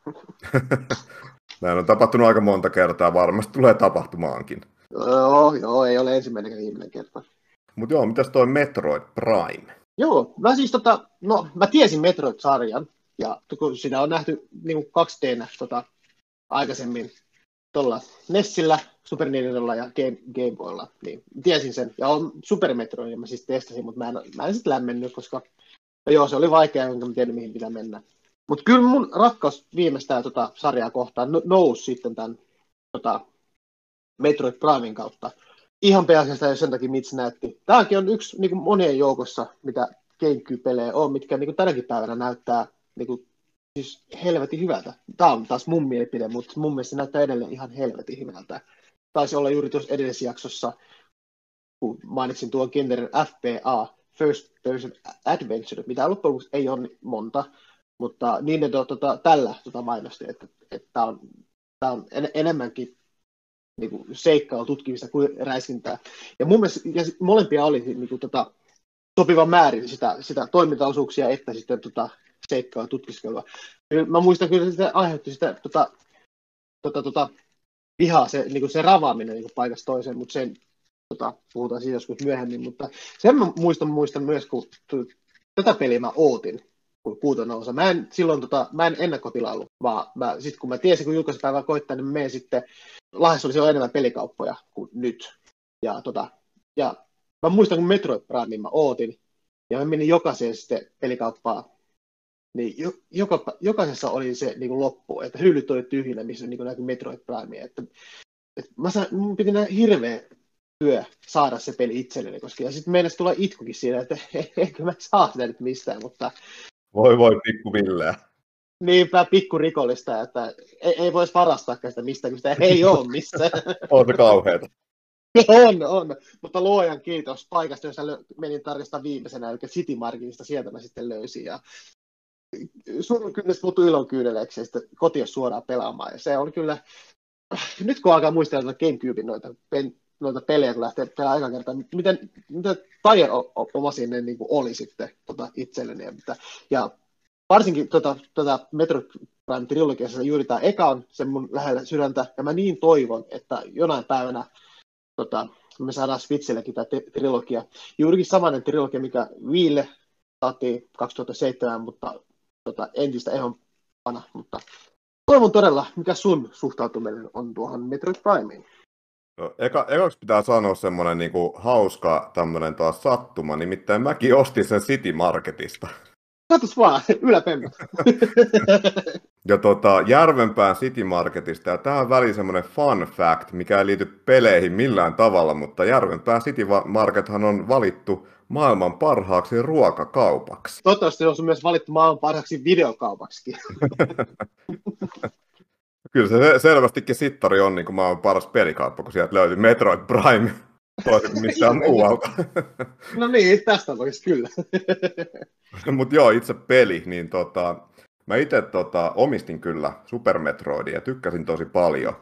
Speaker 1: Näin on tapahtunut aika monta kertaa, varmasti tulee tapahtumaankin.
Speaker 2: Joo, joo, ei ole ensimmäinen viimeinen kerta.
Speaker 1: Mutta joo, mitäs toi Metroid Prime?
Speaker 2: Joo, mä siis tota, no mä tiesin Metroid-sarjan, ja kun sitä on nähty niin kaksi D:nä tota, aikaisemmin tuolla Nessillä, Super Nintendolla ja Game, Game Boylla, niin tiesin sen. Ja on Super Metroid, mä siis testasin, mutta mä en, mä en sitten lämmennyt, koska no joo, se oli vaikea, enkä mä tiedä mihin pitää mennä. Mutta kyllä mun rakkaus viimeistään tota sarjaa kohtaan nousi sitten tämän tota, Metroid Primen kautta. Ihan pääasiassa sen takia, mitä se näytti. Tämäkin on yksi niin kuin monien joukossa, mitä GameCube-pelejä on, mitkä niin kuin tänäkin päivänä näyttää niin kuin, siis helvetin hyvältä. Tämä on taas mun mielipide, mutta mun mielestä se näyttää edelleen ihan helvetin hyvältä. Taisi olla juuri tuossa edellisessä jaksossa, kun mainitsin tuon genren F P A, First Person Adventure, mitä loppujen lopuksi ei ole monta, mutta niin ne tota, tällä tota mainosti, että tämä on, tää on en, enemmänkin niin kuin seikkailua tutkimista kuin räiskintää. Ja mun mielestä ja molempia oli niin kuin, tota, sopivan määrin sitä, sitä toimintaosuuksia että sitten tota, seikkailua tutkiskelua. Mä muistan kyllä, että sitä aiheutti sitä tota, tota, tota, vihaa, se, niin kuin se ravaaminen niin kuin paikasta toiseen, mutta sen tota, puhutaan siitä joskus myöhemmin. Mutta sen mä muistan, muistan myös, kun tätä peliä mä ootin, kun kuutonen osa. Mä en silloin tota, mä en ennakkotilailu, vaan mä, sit kun mä tiesin, kun julkaisupäivää koittaa, niin mä menen sitten, Lahdessa oli silloin enemmän pelikauppoja kuin nyt. Ja, tota, ja mä muistan, kun Metroid Primein mä ootin, ja mä menin jokaiseen sitten pelikauppaan, niin jo, joka, jokaisessa oli se niin kuin loppu, että hyllyt oli tyhjinä, missä niin näkyi Metroid Primea. Että, että mä sain, mun piti näin hirveä työ saada se peli itselleni, koska ja sitten meidän tulla itkukin siinä, että eikö mä saa sitä nyt mistään, mutta
Speaker 1: voi voi pikku Villeä.
Speaker 2: Niinpä pikku rikollista, että ei, ei voisi varastaakaan sitä mistään, kun sitä ei ole missään.
Speaker 1: On se kauheeta.
Speaker 2: On, on. Mutta luojan kiitos paikasta, jossa menin tarkastaa viimeisenä, eli City Marketista, sieltä mä sitten löysin. Ja surun kynnessä muuttui ilon kyydeleeksi ja sitten kotiin suoraan pelaamaan. Ja se oli kyllä, nyt kun alkaa muistella Gamecuben noita pen, noita pelejä, kun lähtee pelaamaan aika kertaa. Miten, miten taide oma sinne niin kuin oli sitten tota, itselleni. Ja, mitä, ja varsinkin tota, tota Metroid Prime trilogiassa juuri tämä eka on se mun lähellä sydäntä, ja mä niin toivon, että jonain päivänä tota, me saadaan Switchillekin tämä trilogia. Juurikin samainen trilogia, mikä Wiille saatiin kaksituhattaseitsemän, mutta tota, entistä ehompana, mutta toivon todella, mikä sun suhtautuminen on tuohon Metroid Primeen.
Speaker 1: No, eka, ekaksi pitää sanoa semmoinen niinku hauska tämmöinen taas sattuma, nimittäin mäkin ostin sen City Marketista.
Speaker 2: Katos vaan, yläpemmät.
Speaker 1: Ja tota, Järvenpään City Marketista, ja tähän väliin semmoinen fun fact, mikä ei liity peleihin millään tavalla, mutta Järvenpään City Markethan on valittu maailman parhaaksi ruokakaupaksi.
Speaker 2: Toivottavasti on myös valittu maailman parhaaksi videokaupaksi.
Speaker 1: Kyllä se selvästikin sittari on niin kuin maailman paras pelikauppa, kun sieltä löytyy Metroid Prime toisin kuin missään muualta.
Speaker 2: No niin, tästä voisi kyllä.
Speaker 1: Mutta joo, itse peli, niin tota, mä itse tota, omistin kyllä Super Metroidin ja tykkäsin tosi paljon.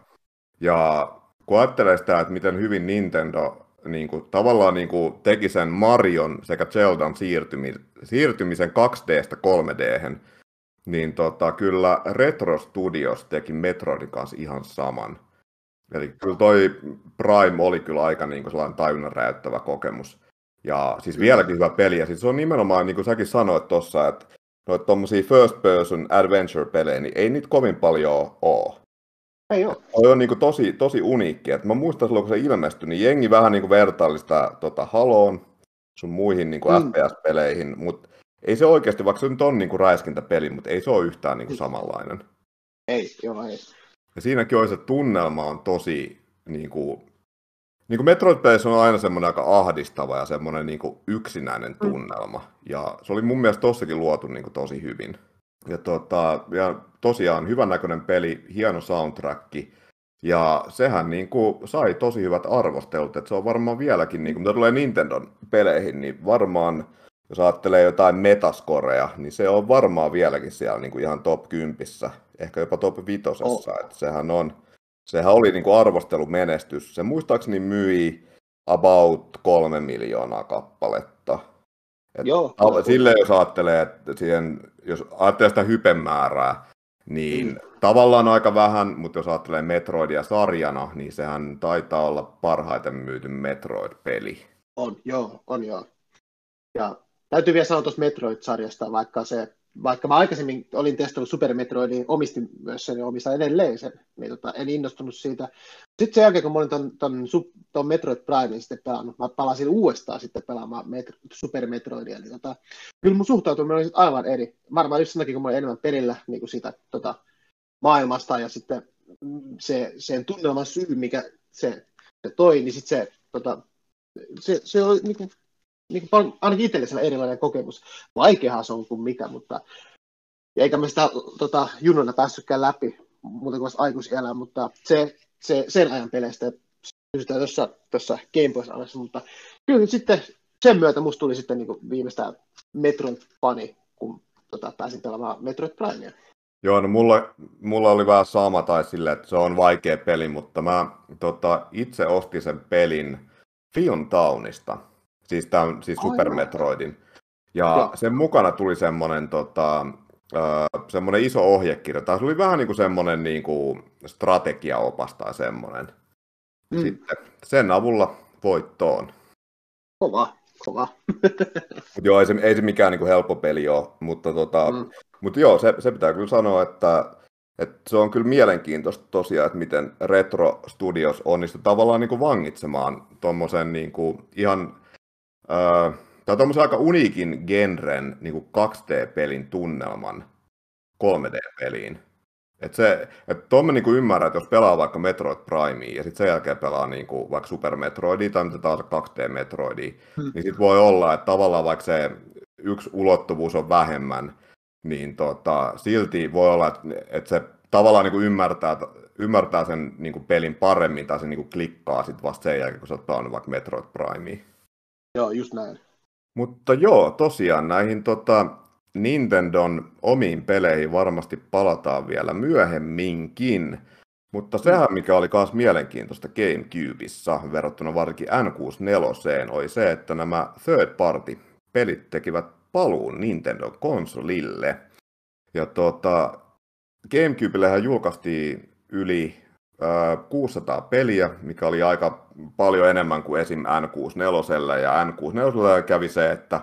Speaker 1: Ja kun ajattelee sitä, että miten hyvin Nintendo niin kuin, tavallaan niin kuin, teki sen Marion sekä Zeldan siirtymisen, siirtymisen kaksi D:stä kolme D:hen, niin tota, kyllä Retro Studios teki Metroidin kanssa ihan saman. Eli kyllä toi Prime oli kyllä aika niin kuin sellainen tajunnan räjäyttävä kokemus. Ja siis vieläkin hyvä peli. Ja siis se on nimenomaan, niin kuin säkin sanoit tuossa, että noita tommosia first person adventure-pelejä, niin ei niitä kovin paljon ole.
Speaker 2: Ei ole.
Speaker 1: Toi on niin kuin tosi, tosi uniikki. Et mä muistan silloin, kun se ilmestyi, niin jengi vähän niin kuin vertaili sitä tota, Haloon sun muihin niin kuin mm. F P S-peleihin, mutta ei se oikeasti, vaikka se nyt on niin kuin räiskintäpeli, mutta ei se ole yhtään niin kuin samanlainen.
Speaker 2: Ei, joo, ei.
Speaker 1: Ja siinäkin on se tunnelma on tosi, niin kuin, niin kuin Metroid-peleissä on aina semmoinen aika ahdistava ja semmoinen niin kuin yksinäinen tunnelma. Ja se oli mun mielestä tossakin luotu niin kuin tosi hyvin. Ja, tota, ja tosiaan hyvän näköinen peli, hieno soundtrack. Ja sehän niin kuin sai tosi hyvät arvostelut, että se on varmaan vieläkin, niin kuin mitä tulee Nintendon peleihin, niin varmaan, jos ajattelee jotain metascorea, niin se on varmaan vieläkin siellä niin kuin ihan top kympissä, ehkä jopa top vitosessa, oh. Että sehän on, sehän oli niin kuin arvostelumenestys. Se muistaakseni myi about kolme miljoonaa kappaletta. Et
Speaker 2: Joo.
Speaker 1: Silleen jos ajattelee, että siihen, jos ajattelee sitä hypemäärää, niin mm. tavallaan aika vähän, mutta jos ajattelee Metroidia sarjana, niin sehän taitaa olla parhaiten myyty Metroid-peli.
Speaker 2: On, joo, on joo. Ja täytyy vielä sanoa tuosta Metroid-sarjasta, vaikka se, vaikka mä aikaisemmin olin testannut Super Metroidin, omistin myös sen ja omistan edelleen sen, niin tota, en innostunut siitä. Sitten sen jälkeen, kun mä olin ton, ton, ton Metroid Primein sitten pelannut, mä palasin uudestaan sitten pelaamaan Metro, Super Metroidia, niin tota, kyllä mun suhtautuminen oli sitten aivan eri. Varmaan just sen takia, kun mä olin enemmän perillä niin kuin siitä tota, maailmasta ja sitten se, sen tunnelman syy, mikä se, se toi, niin sitten se, tota, se, se oli niin kuin, niin kuin, ainakin itselle erilainen kokemus. Vaikeahan se on kuin mikä, mutta eikä me sitä tota, junona päässytkään läpi muuten kuin aikuisielään, mutta se, se, sen ajan peleistä pysytään tuossa, tuossa Game Boys-alassa, mutta kyllä sitten sen myötä musta tuli sitten niin kuin viimeistään Metroid-fani, kun tota, pääsin pelaamaan Metroid Primea.
Speaker 1: Joo, no mulla, mulla oli vähän sama tai silleen, että se on vaikea peli, mutta mä tota, itse ostin sen pelin Fion Townista, siis, tämän, siis Super Metroidin. Ja Joo. sen mukana tuli semmoinen tota, äh, semmoinen iso ohjekirja, tai se oli vähän niin kuin semmoinen niin kuin strategiaopas tai semmoinen. Mm. Sitten sen avulla voittoon.
Speaker 2: Kova, kova.
Speaker 1: Mut joo, ei se, ei se mikään niin kuin helppo peli ole, mutta tota, mm. Mutta joo, se, se pitää kyllä sanoa, että, että se on kyllä mielenkiintoista tosiaan, että miten Retro Studios onnistui tavallaan niin kuin vangitsemaan tuommoisen niin kuin ihan, äh, tai tuommoisen aika uniikin genren niin kuin kaksi D-pelin tunnelman kolme D-peliin. Että se, että tuommoinen niin kuin ymmärrät, että jos pelaa vaikka Metroid Primea ja sitten sen jälkeen pelaa niin kuin vaikka Super Metroidia tai mitä taas kaksi D-Metroidia, hmm. niin sitten voi olla, että tavallaan vaikka se yksi ulottuvuus on vähemmän, niin tota, silti voi olla, että, että se tavallaan niin kuin ymmärtää, ymmärtää sen niin kuin pelin paremmin tai se niin kuin klikkaa sitten vasta sen jälkeen, kun sä oot pelannut vaikka Metroid Primea.
Speaker 2: Joo, just näin.
Speaker 1: Mutta joo, tosiaan näihin tota, Nintendon omiin peleihin varmasti palataan vielä myöhemminkin. Mutta sehän, mikä oli myös mielenkiintoista GameCubessa verrattuna varsinkin N kuusikymmentäneljä, oli se, että nämä third party pelit tekivät paluun Nintendo-konsolille. Ja tuota, GameCubellehän julkaistiin yli äh, kuusisataa peliä, mikä oli aika paljon enemmän kuin esim. N kuusikymmentäneljä. Ja N kuusikymmentäneljä kävi se, että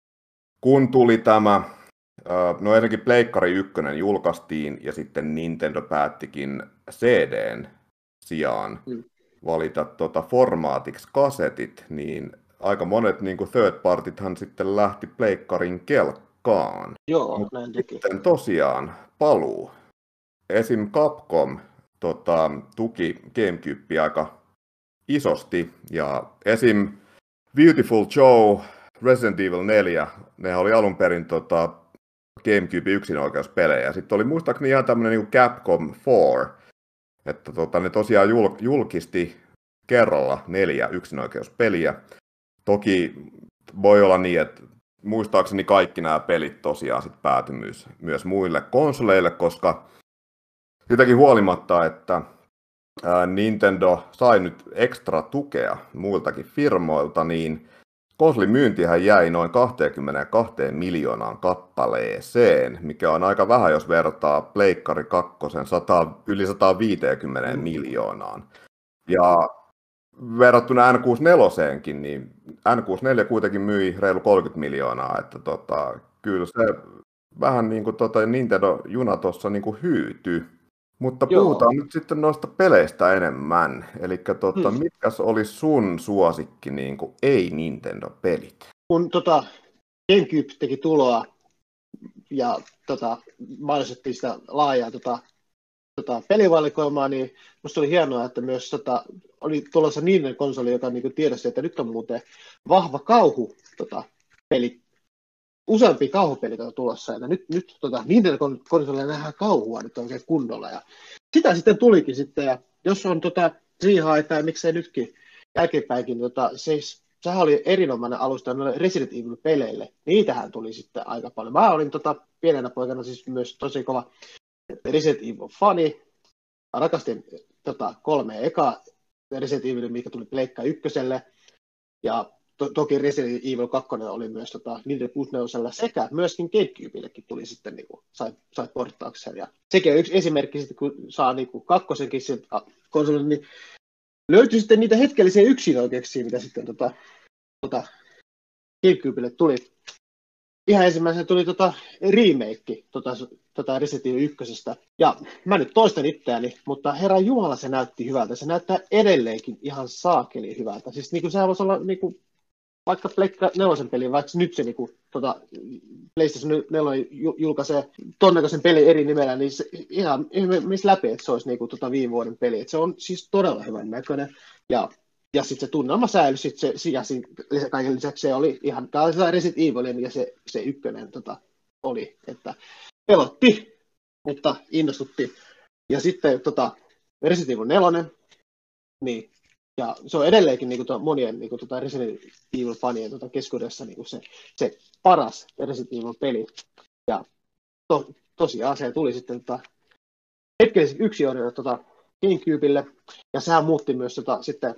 Speaker 1: kun tuli tämä, äh, no ensinnäkin Pleikkari yksi julkaistiin, ja sitten Nintendo päättikin C D:n sijaan mm. valita tota formaatiksi kasetit, niin aika monet niin kuin third partythan sitten lähti Pleikkarin kelkkaan.
Speaker 2: Joo, näin teki.
Speaker 1: Sitten tosiaan paluu. Esim. Capcom tota, tuki GameCubea aika isosti, ja esim. Beautiful Joe, Resident Evil neljä, ne oli alun perin tota, GameCube yksinoikeuspelejä. Sitten oli muistaakseni ihan tämmöinen niin kuin Capcom neljä, että tota, ne tosiaan jul- julkisti kerralla neljä yksinoikeuspeliä. Toki voi olla niin, että muistaakseni kaikki nämä pelit tosiaan sit päätyi myös, myös muille konsoleille, koska sitäkin huolimatta, että ää, Nintendo sai nyt ekstra tukea muiltakin firmoilta, niin konsolimyyntihän jäi noin kaksikymmentäkaksi miljoonaan kappaleeseen, mikä on aika vähän, jos vertaa Pleikkari kakkosen sata, yli sata viisikymmentä miljoonaan. Ja verrattuna N kuusikymmentäneljäänkin, niin N kuusikymmentäneljä kuitenkin myi reilu kolmekymmentä miljoonaa, että tota, kyllä se vähän niin kuin tota Nintendo-juna tuossa niin kuin hyytyi. Mutta Joo. puhutaan nyt sitten noista peleistä enemmän. Eli tota, hmm. mitkäs oli sun suosikki niin kuin ei-Nintendo-pelit?
Speaker 2: Kun tota, GameCube teki tuloa ja tota, mainostettiin sitä laajaa tota, tota, pelivalikoimaa, niin musta oli hienoa, että myös tota, oli tulossa niiden konsoli, joka niin tiedosti, että nyt on muuten vahva kauhu tota, peli. Useampia kauhupelit on tulossa, ja nyt, nyt tota, Nintendo-konsolilla nähdään kauhua nyt oikein kunnolla. Ja sitä sitten tulikin sitten, ja jos on tota, siihen aikaan, ja miksei nytkin jälkeenpäinkin, tota, se, sehän oli erinomainen alusta noille Resident Evil-peleille. Niitähän tuli sitten aika paljon. Mä olin tota, pienenä poikana siis myös tosi kova Resident Evil-fani. Mä rakastin tota, kolme eka Resident Evil, mikä tuli Pleikka ykköselle, ja To- toki Resident Evil kaksi oli myös tota, Nintendo kuusikymmentäneljä sekä myöskin GameCubellekin tuli sitten, niin kuin, sai, sai porttauksen. Ja sekin on yksi esimerkki, sitten, kun saa niin kuin, kakkosenkin konsolin, niin löytyi sitten niitä hetkellisiä yksinoikeuksia, mitä sitten tota, tota, GameCubelle tuli. Ihan ensimmäisenä tuli tota, remake tota, tota Resident Evil ykkösestä. Ja mä nyt toistan itseäni, mutta herran jumala se näytti hyvältä. Se näyttää edelleenkin ihan saakeli hyvältä. Siis niin kuin, sehän voisi olla niin kuin, vaikka Pleikka nelosen peli, vaikka nyt se niin kuin, tota, PlayStation neljä julkaisee tonnäköisen pelin eri nimellä, niin se ihan missä läpi, että se olisi niin kuin, tota, viime vuoden peli. Et se on siis todella hyvän näköinen. Ja, ja sitten se tunnelma säilyi, sit se, ja siinä, kaiken lisäksi se oli ihan Resident Evilin, ja se, se ykkönen tota, oli, että pelotti, mutta innostutti. Ja sitten tota, Resident Evil neljä, niin ja se on edelleenkin niin kuin, monien niin kuin, tota Resident Evil-fanien tota, keskuudessa niin kuin se, se paras Resident Evil-peli. Ja to, tosiaan se tuli sitten tota, hetkellisesti yksi on tota, GameCubelle, ja sehän muutti myös tota, sitten,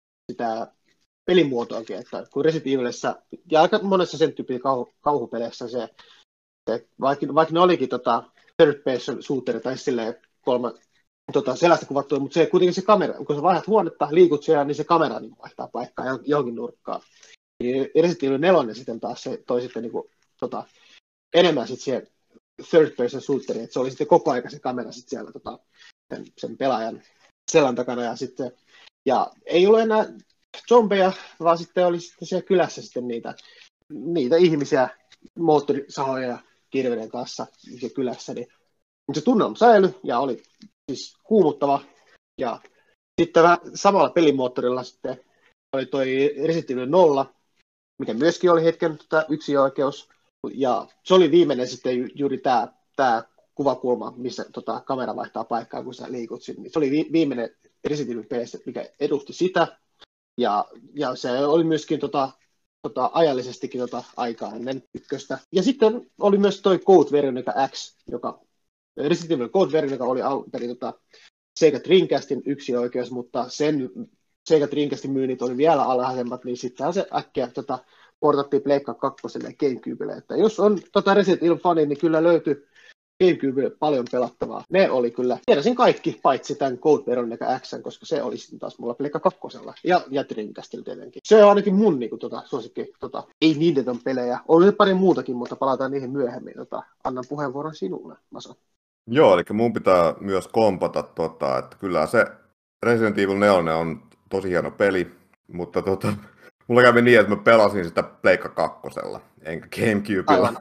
Speaker 2: sitä pelimuotoakin, että kun Resident Evilissä ja aika monessa sen tyyppiä kauhu, kauhupeleissä se, se vaikka, vaikka ne olikin tota, third person shooteri tai silleen kolme Tota, selästä kuvattua, mutta se kuitenkin se kamera, kun sä vaihdat huonetta, liikut siellä, niin se kamera niin vaihtaa paikkaa johonkin nurkkaan. Niin Resident Evil neljä sitten taas se toi sitten niin kuin, tota, enemmän sitten siihen third person shooteriin, että se oli sitten koko ajan se kamera sitten siellä tota, sen, sen pelaajan selän takana ja sitten, ja ei ole enää zombeja, vaan sitten oli sitten siellä kylässä sitten niitä, niitä ihmisiä moottorisahoja ja kirveiden kanssa kylässä, niin se tunnelma säilyi ja oli siis kuumuttava, ja sitten samalla pelimoottorilla sitten oli toi Resident Evil nolla, mikä myöskin oli hetken tota, yksi oikeus, ja se oli viimeinen sitten ju- juuri tämä tää kuvakulma, missä tota, kamera vaihtaa paikkaa, kun sä liikut sinne. Se oli vi- viimeinen Resident Evil peli, mikä edusti sitä, ja, ja se oli myöskin tota, tota, ajallisestikin tota, aikaa ennen ykköstä. Ja sitten oli myös toi Code Veronica X, joka Resident Evil Code Veronica oli alun perin tota, Sega Dreamcastin yksi oikeus, mutta sen Sega Dreamcastin myynnit oli vielä alhaisemmat, niin sittenhän se äkkiä tota, portattiin Pleikka kakkoselle ja Gamecubelle. Että jos on tota Resident Evil fani, niin kyllä löytyi Gamecubelle paljon pelattavaa. Ne oli kyllä, tiedasin kaikki, paitsi tämän Code Veronica X, koska se oli sitten taas mulla Pleikka kakkosella ja, ja Dreamcastilla tietenkin. Se on ainakin mun niin kuin, tota, suosikki, tota, ei Nintendon pelejä. Oli nyt pari muutakin, mutta palataan niihin myöhemmin. Tota, annan puheenvuoron sinulle, Maso.
Speaker 1: Joo, eli mun pitää myös kompata, tota, että kyllä se Resident Evil neljä on tosi hieno peli, mutta tota, mulla kävi niin, että mä pelasin sitä Pleikka kakkosella, enkä Gamecubella.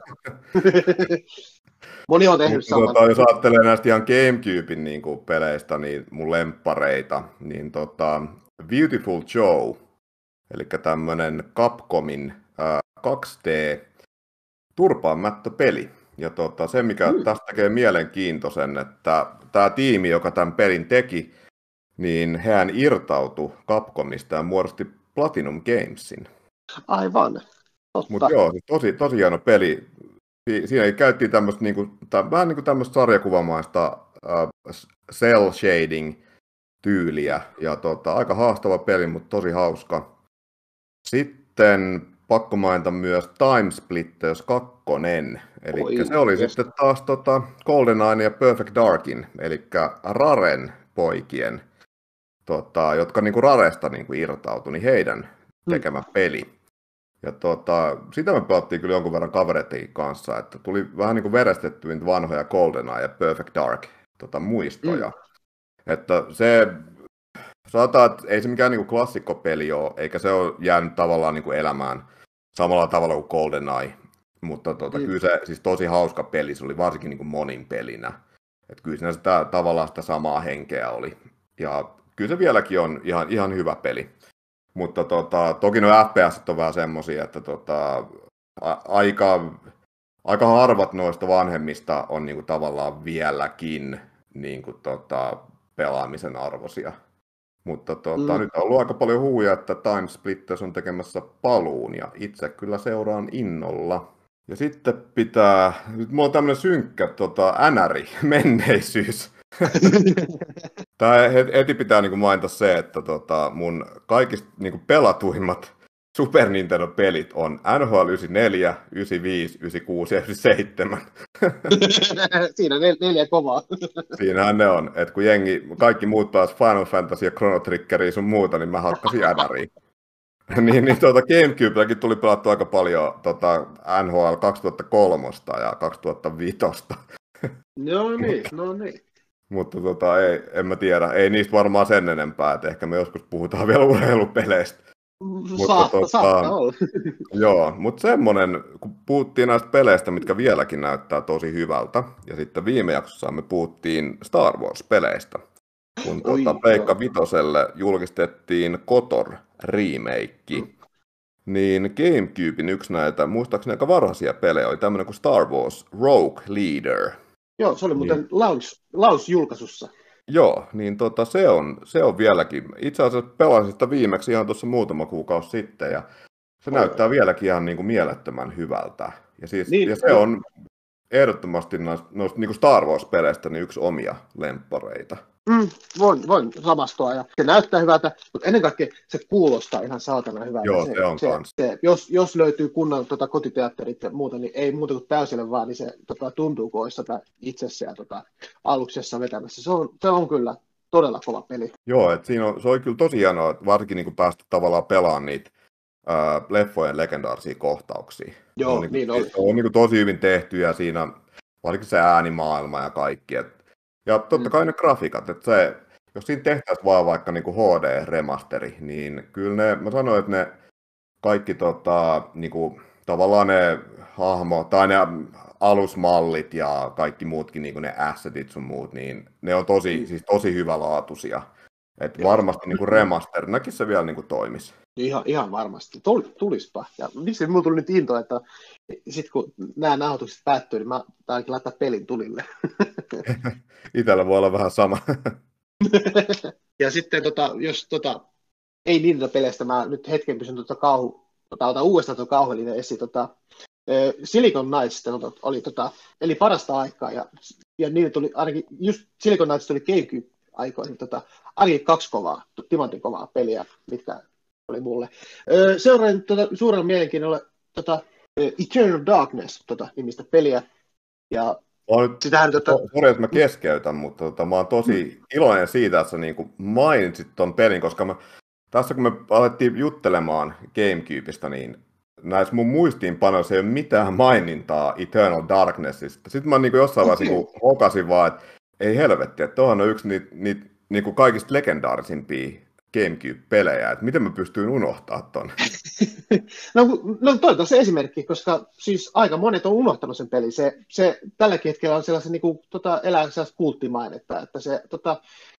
Speaker 2: Moni on tehnyt saman.
Speaker 1: Tota, jos ajattelee näistä ihan Gamecuben niin kuin peleistä, niin mun lemppareita, niin tota, Beautiful Joe, eli tämmönen Capcomin ää, kaksi D-turpaanmättöpeli. Ja tota, se, mikä mm. tästä tekee mielenkiintoisen, että tämä tiimi, joka tämän pelin teki, niin hän irtautui Capcomista ja muodosti Platinum Gamesin.
Speaker 2: Aivan.
Speaker 1: Mutta joo, siis tosi, tosi hieno peli. Si- siinä käyttiin tämmöistä niinku, täm, vähän niin kuin tämmöistä sarjakuvamaista äh, cell shading tyyliä. Ja tota, aika haastava peli, mutta tosi hauska. Sitten pakko mainita myös Time Splitters kaksi. Eli Oi, se oli just. Sitten taas tota GoldenEye ja Perfect Darkin, eli Raren poikien, tota, jotka niinku Raresta niinku irtautui, niin heidän tekemä hmm. peli. Ja tota, sitä me pelattiin kyllä jonkun verran kavereiden kanssa, että tuli vähän niinku verestettyä vanhoja GoldenEye ja Perfect Dark tota, muistoja. Hmm. Että se, sanotaan, että ei se mikään niinku klassikkopeli ole, eikä se ole jäänyt tavallaan niinku elämään samalla tavalla kuin GoldenEye. Mutta tota, mm. kyllä se siis tosi hauska peli, se oli varsinkin niin kuin monin pelinä. Että kyllä siinä sitä, tavallaan sitä samaa henkeä oli. Ja kyllä se vieläkin on ihan, ihan hyvä peli. Mutta tota, toki nuo F P S on vähän semmosia, että tota, a- aika, aika harvat noista vanhemmista on niin kuin tavallaan vieläkin niin kuin tota, pelaamisen arvoisia. Mutta tota, mm. nyt on ollut aika paljon huuja, että Time Splitters on tekemässä paluun, ja itse kyllä seuraan innolla. Ja sitten pitää, nyt mulla on tämmönen synkkä tota, änäri, menneisyys. Tää heti pitää niinku mainita se, että tota, mun kaikista niinku pelatuimmat Super Nintendo-pelit on N H L yhdeksänkymmentäneljä, yhdeksänkymmentäviisi, yhdeksänkymmentäkuusi ja yhdeksänkymmentäseitsemän.
Speaker 2: Siinä nel- neljä kovaa.
Speaker 1: Siinähän ne on, että kun jengi, kaikki muut pääs Final Fantasy ja Chrono Triggeria sun muuta, niin mä hakkasin änäriin. niin, niin tuota Gamecubelläkin tuli pelattu aika paljon tota, N H L kaksituhattakolme ja kaksituhattaviisi.
Speaker 2: No niin, no niin.
Speaker 1: Mutta tota, ei, en mä tiedä, ei niistä varmaan sen enempää, että ehkä me joskus puhutaan vielä urheilupeleistä.
Speaker 2: Saattaa, tota, saattaa olla.
Speaker 1: Joo, mutta semmonen, kun puhuttiin näistä peleistä, mitkä vieläkin näyttää tosi hyvältä, ja sitten viime jaksossa me puhuttiin Star Wars-peleistä, kun tuota, Pleikka Vitoselle julkistettiin KOTOR remake, mm. niin Gamecuben yksi näitä, muistaakseni aika varhaisia pelejä, oli tämmöinen kuin Star Wars Rogue Leader.
Speaker 2: Joo, se oli muuten niin. launch, launch-julkaisussa.
Speaker 1: Joo, niin tota, se, on, se on vieläkin. Itse asiassa pelasin sitä viimeksi ihan tuossa muutama kuukausi sitten, ja se oh. näyttää vieläkin ihan niin kuin mielettömän hyvältä. Ja, siis, niin, ja se niin. on ehdottomasti noista, noista niin kuin Star Wars-peleistä niin yksi omia lemppareita.
Speaker 2: Mm, voin, voin samastua, ja se näyttää hyvältä, mutta ennen kaikkea se kuulostaa ihan saatana hyvältä.
Speaker 1: Joo,
Speaker 2: se,
Speaker 1: se on
Speaker 2: se,
Speaker 1: kans.
Speaker 2: Se, jos, jos löytyy kunnan tota, kotiteatterit ja muuta, niin ei muuta kuin täysille vaan, niin se tota, tuntuu, kun olisi tota, itsessä ja tota, aluksessa vetämässä. Se on, se on kyllä todella kova peli.
Speaker 1: Joo, että siinä on, se oli kyllä tosi hienoa, että varsinkin niin kuin päästä tavallaan pelaamaan niitä ää, leffojen legendaarisia kohtauksia.
Speaker 2: Joo,
Speaker 1: on, niin,
Speaker 2: niin oli.
Speaker 1: Se on niin kuin tosi hyvin tehty, ja siinä varsinkin se äänimaailma ja kaikki. Et, ja totta kai mm. ne grafiikat, että se, jos siinä tehtäisiin vaan vaikka niin kuin H D-remasteri, niin kyllä ne, mä sanoin, että ne kaikki tota, niin kuin, tavallaan ne hahmo, tai ne alusmallit ja kaikki muutkin, niin kuin ne assetit sun muut, niin ne on tosi, mm. siis tosi hyvälaatuisia. Että varmasti niin kuin remasterinäkin se vielä niin kuin toimisi.
Speaker 2: Ihan, ihan varmasti. Tulispa. Ja miksi minulla tuli nyt into, että sitten kun nämä nauhoitukset päättyy, niin mä taidankin laittaa pelin tulille.
Speaker 1: Itellä voi olla vähän sama.
Speaker 2: Ja sitten, tota, jos tota, ei niitä peleistä, mä nyt hetken pysyn tuota kauhu, tota, otan uudestaan tuon kauhullinen esiin. Tota, Silicon Knights oli, tota, eli parasta aikaa, ja, ja niitä tuli ainakin, just Silicon Knights tuli GameCube, aikoihin. Tota, ainakin kaksi kovaa, timantin kovaa peliä, mitkä oli mulle. Öö, seuraan tota, suurella mielenkiinnolla tota, Eternal Darkness tota, nimistä peliä. Ja
Speaker 1: Nyt,
Speaker 2: sitähän, tota...
Speaker 1: Sori, että mä keskeytän, mutta tota, mä oon tosi hmm. iloinen siitä, että sä niinku mainitsit ton pelin, koska mä, tässä kun me alettiin juttelemaan GameCubeista, niin näissä mun muistiinpanoissa ei ole mitään mainintaa Eternal Darknessista. Sitten mä niinku jossain okay. vaiheessa niinku hokasin vaan, että ei helvetti, että tuohan on yksi niitä niit, niinku kaikista legendaarisimpia GameCube-pelejä, että miten mä pystyin unohtaa ton?
Speaker 2: no, no toi on se esimerkki, koska siis aika monet on unohtanut sen pelin. Se, se tälläkin hetkellä on sellaisen niin kuin, tota, elää sellaista kulttimainetta, että se tota,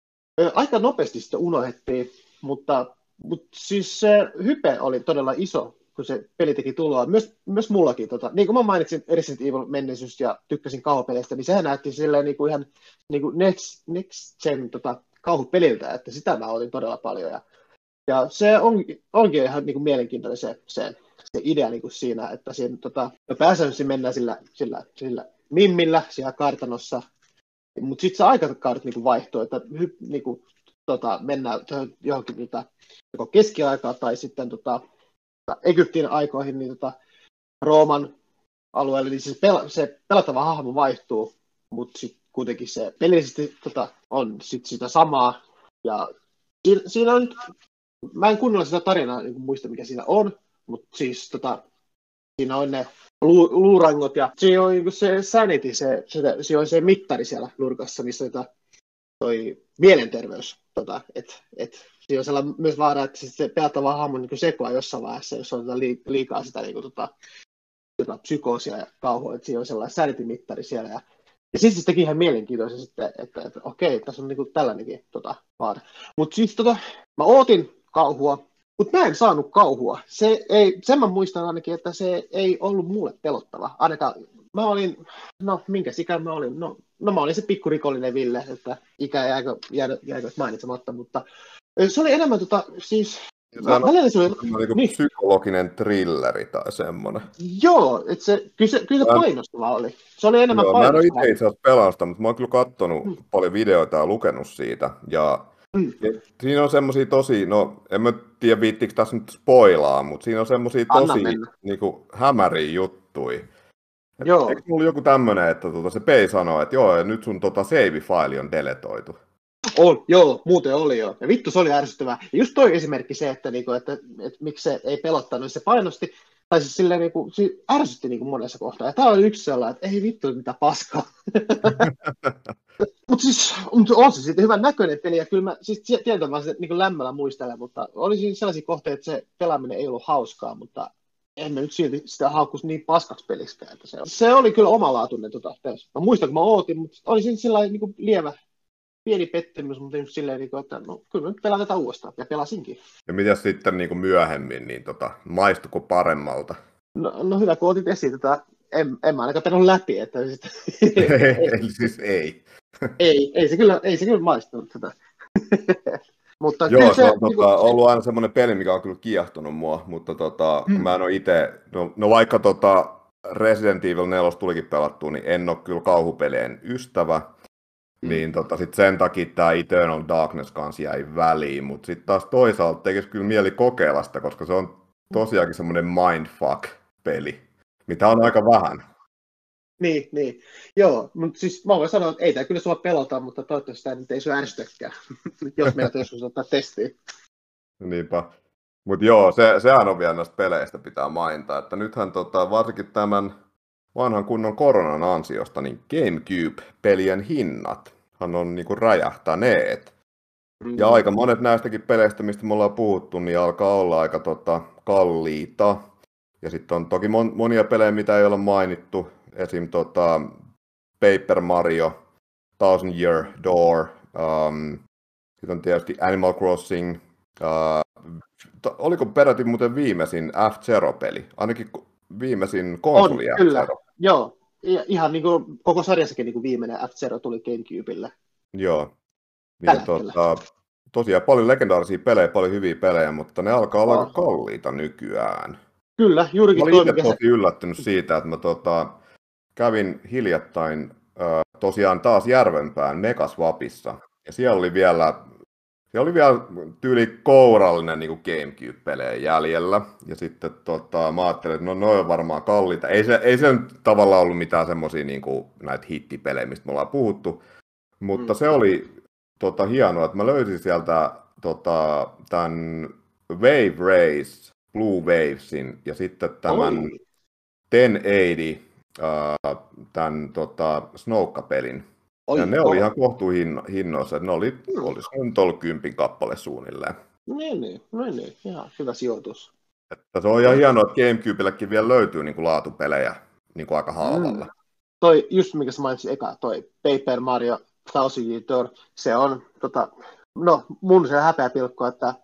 Speaker 2: aika nopeasti sitä unohdettiin, mutta, mutta siis se hype oli todella iso, kun se peli teki tuloa. Myös, myös mullakin, tota, niin kuin mä mainitsin Resident Evil menneisyys ja tykkäsin kauhupeleistä, niin sehän näytti silleen niin kuin ihan niin kuin next, next gen tota, kauhupeliltä, että sitä mä olin todella paljon. Ja, ja se on, onkin ihan niin kuin mielenkiintoinen se, se, se idea niin kuin siinä, että siinä, tota, pääsääntöisesti mennään sillä, sillä, sillä mimmillä siellä kartanossa, mutta sitten se aikakaudet niin kuin vaihtuu, että hy, niin kuin, tota, mennään johonkin tota, joko keskiaikaa tai sitten tota, Egyptin aikoihin, niin tota, Rooman alueelle, niin se, pel- se pelattava hahmo vaihtuu, mutta sitten kuitenkin se pelillisesti tota, on sit sitä samaa. Ja siinä, siinä on, mä en kunnolla sitä tarinaa niin muista, mikä siinä on, mutta siis tota, siinä on ne lu- luurangot ja se on niin se sanity, se, se, se on se mittari siellä nurkassa, missä tota, toi mielenterveys, tota, että et, siinä on sellainen myös vaara, että se pelattava hahmo niin sekoaa jossain vaiheessa, jos on liikaa sitä niin kuin, tota, tota, psykoosia ja kauhua, että siinä on sellainen sanity-mittari siellä. Ja, ja siis se teki ihan mielenkiintoisen sitten, että, että, että okei, tässä on niin kuin tällainenkin tota, vaara. Mutta siis tota, mä ootin kauhua, mutta mä en saanut kauhua. Se ei, sen mä muistan ainakin, että se ei ollut mulle pelottava. Ainakaan mä olin, no minkäs ikä mä olin? No, no mä olin se pikkurikollinen Ville, että ikä jääkö, jääkö, jääkö mainitsematta, mutta se oli enemmän tota, siis...
Speaker 1: Se on,
Speaker 2: mä, se oli,
Speaker 1: niin niin. psykologinen thrilleri tai semmoinen.
Speaker 2: Joo, että se, kyllä se, kyllä se mä... painostava oli. Se oli enemmän
Speaker 1: Joo,
Speaker 2: painostava.
Speaker 1: Mä en ole itse itse asiassa pelasta, mutta mä oon kyllä katsonut hmm. paljon videoita ja lukenut siitä. Ja, hmm. ja siinä on semmosia tosi, no en mä tiedä viittiinkö tässä nyt spoilaa, mutta siinä on semmosia tosi niinku, hämäriä juttuja.
Speaker 2: Joo.
Speaker 1: Eikö mulla joku tämmönen, että tuota, se Pei sanoo, että joo, ja nyt sun tota, save-faili on deletoitu?
Speaker 2: On, joo, muuten oli joo. Ja vittu, se oli ärsyttävää. Ja just toi esimerkki se, että, niinku, että, että, että miksi se ei pelottanut, se painosti, tai siis silleen niinku, se ärsytti niinku monessa kohtaa. Ja tää oli yksi sellainen, että ei vittu, mitä paskaa. Mutta siis on se sitten hyvän näköinen peli, ja kyllä mä siis tietän vaan sitä niin lämmöllä muistelen, mutta oli siinä sellaisia kohteita, että se pelaaminen ei ollut hauskaa, mutta en mä nyt silti sitä haukkuisi niin paskaksi pelistä, että se, se oli kyllä omalaatuinen tota teos. Mä muistan, kun mä ootin, mutta oli siinä sellainen niin lievä, pieni pettymys, mutta just silleen, että no kyllä nyt pelaan tätä uudestaan, ja pelasinkin.
Speaker 1: Ja mitä sitten niin kuin myöhemmin, niin tota, maistuiko paremmalta?
Speaker 2: No, no hyvä, kun otit esiin tätä, en, en mä ainakaan pelannut läpi, että...
Speaker 1: Eli siis ei.
Speaker 2: ei, ei se kyllä, ei se kyllä maistunut tätä. Mutta
Speaker 1: joo, se,
Speaker 2: se
Speaker 1: on
Speaker 2: niin
Speaker 1: tota, ollut aina semmoinen peli, mikä on kyllä kiehtonut mua, mutta tota, hmm. mä en ole itse, no, no vaikka tota Resident Evil neljä tulikin pelattua, niin en ole kyllä kauhupelien ystävä, hmm. niin tota, sit sen takia tämä Eternal Darkness kanssa jäi väliin, mutta sitten taas toisaalta tekisi kyllä mieli kokeilla sitä, koska se on tosiaankin semmoinen mindfuck-peli, mitä on aika vähän.
Speaker 2: Niin, niin. Joo, mutta siis mä voin sanoa, että ei tämä kyllä sua pelota, mutta toivottavasti tämä nyt ei sua ärsytäkään, jos meillä joskus ottaa testiin.
Speaker 1: Niinpä. Mutta joo, se, sehän on vielä näistä peleistä pitää mainita, että nythän tota, varsinkin tämän vanhan kunnon koronan ansiosta, niin GameCube-pelien hinnathan on niinku räjähtäneet. Mm. Ja aika monet näistäkin peleistä, mistä me ollaan puhuttu, niin alkaa olla aika tota, kalliita. Ja sitten on toki mon, monia pelejä, mitä ei ole mainittu. Esim. Tota, Paper Mario, Thousand Year Door, um, sitten on tietysti Animal Crossing, uh, to, oliko peräti muuten viimeisin F-Zero-peli, ainakin viimeisin konsoli
Speaker 2: on, kyllä, joo, ihan niin kuin koko sarjassakin niin kuin viimeinen F-Zero tuli GameCubelle.
Speaker 1: Joo, niin, tota, tosiaan paljon legendaarisia pelejä, paljon hyviä pelejä, mutta ne alkaa olla oh. aika kalliita nykyään.
Speaker 2: Kyllä, juurikin.
Speaker 1: Mä olin itse tosi yllättynyt siitä, että mä tota, kävin hiljattain äh, tosiaan taas Järvenpään Megaswapissa. Ja siellä oli vielä, siellä oli vielä tyyli kourallinen niin kuin GameCube-pelejä jäljellä. Ja sitten tota, mä ajattelin, että no noin on varmaan kalliita. Ei se, ei se nyt tavallaan ollut mitään semmosia niin kuin näitä hittipelejä, mistä me ollaan puhuttu. Mutta mm. se oli tota, hienoa, että mä löysin sieltä tota, tämän Wave Race, Blue Wavesin ja sitten tämän
Speaker 2: Oi.
Speaker 1: ten eighty, uh, tämän tota, Snowka-pelin.
Speaker 2: Oi,
Speaker 1: ja ne
Speaker 2: oi.
Speaker 1: oli ihan kohtuuhinnoissa, että ne oli, mm. olisiko nyt ollut kympin kappale suunnilleen.
Speaker 2: Niin, niin, niin, niin. Ihan hyvä sijoitus.
Speaker 1: Että se on ihan hienoa, että GameCubellekin vielä löytyy niin kuin laatupelejä niin kuin aika halvalla.
Speaker 2: Mm. Toi, just mikä sä mainitsit eka, toi Paper Mario Thousand Year Door, se on, tota, no mun se häpeäpilkko, että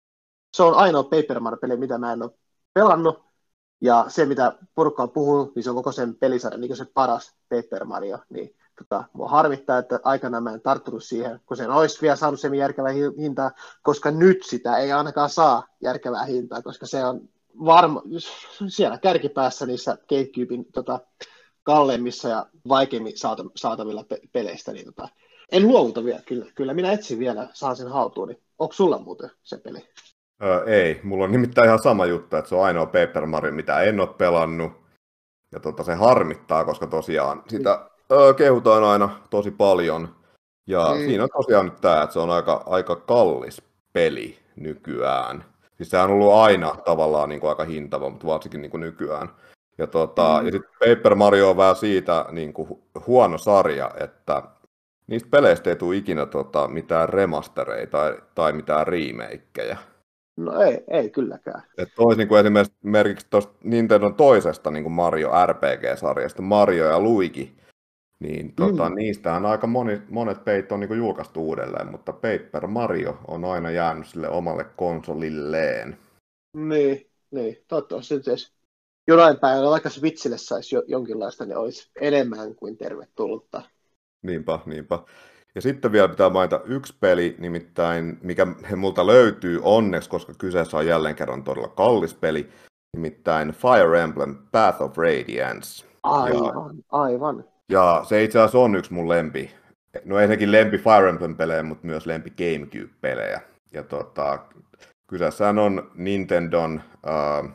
Speaker 2: se on ainoa Paper Mario-peli, mitä mä en ole pelannut, ja se, mitä porukka on puhunut, niin se on koko sen pelisarjan niin se paras Paper Mario, niin tota, mua harmittaa, että aikanaan mä en tarttunut siihen, kun sen olisi vielä saanut sen järkevää hintaa, koska nyt sitä ei ainakaan saa järkevää hintaa, koska se on varma, siellä kärkipäässä niissä GameCuben tota, kalleimmissa ja vaikeimmin saatavilla pe- peleistä, niin tota, en luovuta vielä, kyllä, kyllä minä etsin vielä, saan sen haltuun, niin onko sulla muuten se peli?
Speaker 1: Öö, ei, mulla on nimittäin ihan sama juttu, että se on ainoa Paper Mario, mitä en ole pelannut, ja tota, se harmittaa, koska tosiaan sitä öö, kehutaan aina tosi paljon, ja mm. siinä on tosiaan nyt tämä, että se on aika, aika kallis peli nykyään. Siis sehän on ollut aina tavallaan niin kuin aika hintava, mutta varsinkin niin kuin nykyään. Ja, tota, mm. ja sitten Paper Mario on vähän siitä niin kuin huono sarja, että niistä peleistä ei tule ikinä tota, mitään remastereita tai, tai mitään remakeja.
Speaker 2: No ei, ei kylläkään.
Speaker 1: Että toisin kuin esimerkiksi tuosta Nintendon toisesta niin kuin Mario R P G-sarjasta, Mario ja Luigi, niin tota, mm. niistähän aika moni, monet peit on niin kuin julkaistu uudelleen, mutta Paper Mario on aina jäänyt sille omalle konsolilleen.
Speaker 2: Niin, niin. Toivottavasti nyt edes jonain päivänä, vaikka Switchille saisi jo, jonkinlaista, niin olisi enemmän kuin tervetullutta.
Speaker 1: Niinpä, niinpä. Ja sitten vielä pitää mainita yksi peli, nimittäin, mikä multa löytyy onneksi, koska kyseessä on jälleen kerran todella kallis peli, nimittäin Fire Emblem Path of Radiance.
Speaker 2: Aivan, ja, aivan.
Speaker 1: Ja se itse asiassa on yksi mun lempi, no ensinnäkin lempi Fire Emblem-pelejä, mutta myös lempi GameCube-pelejä. Ja tota, kyseessähän on Nintendon uh,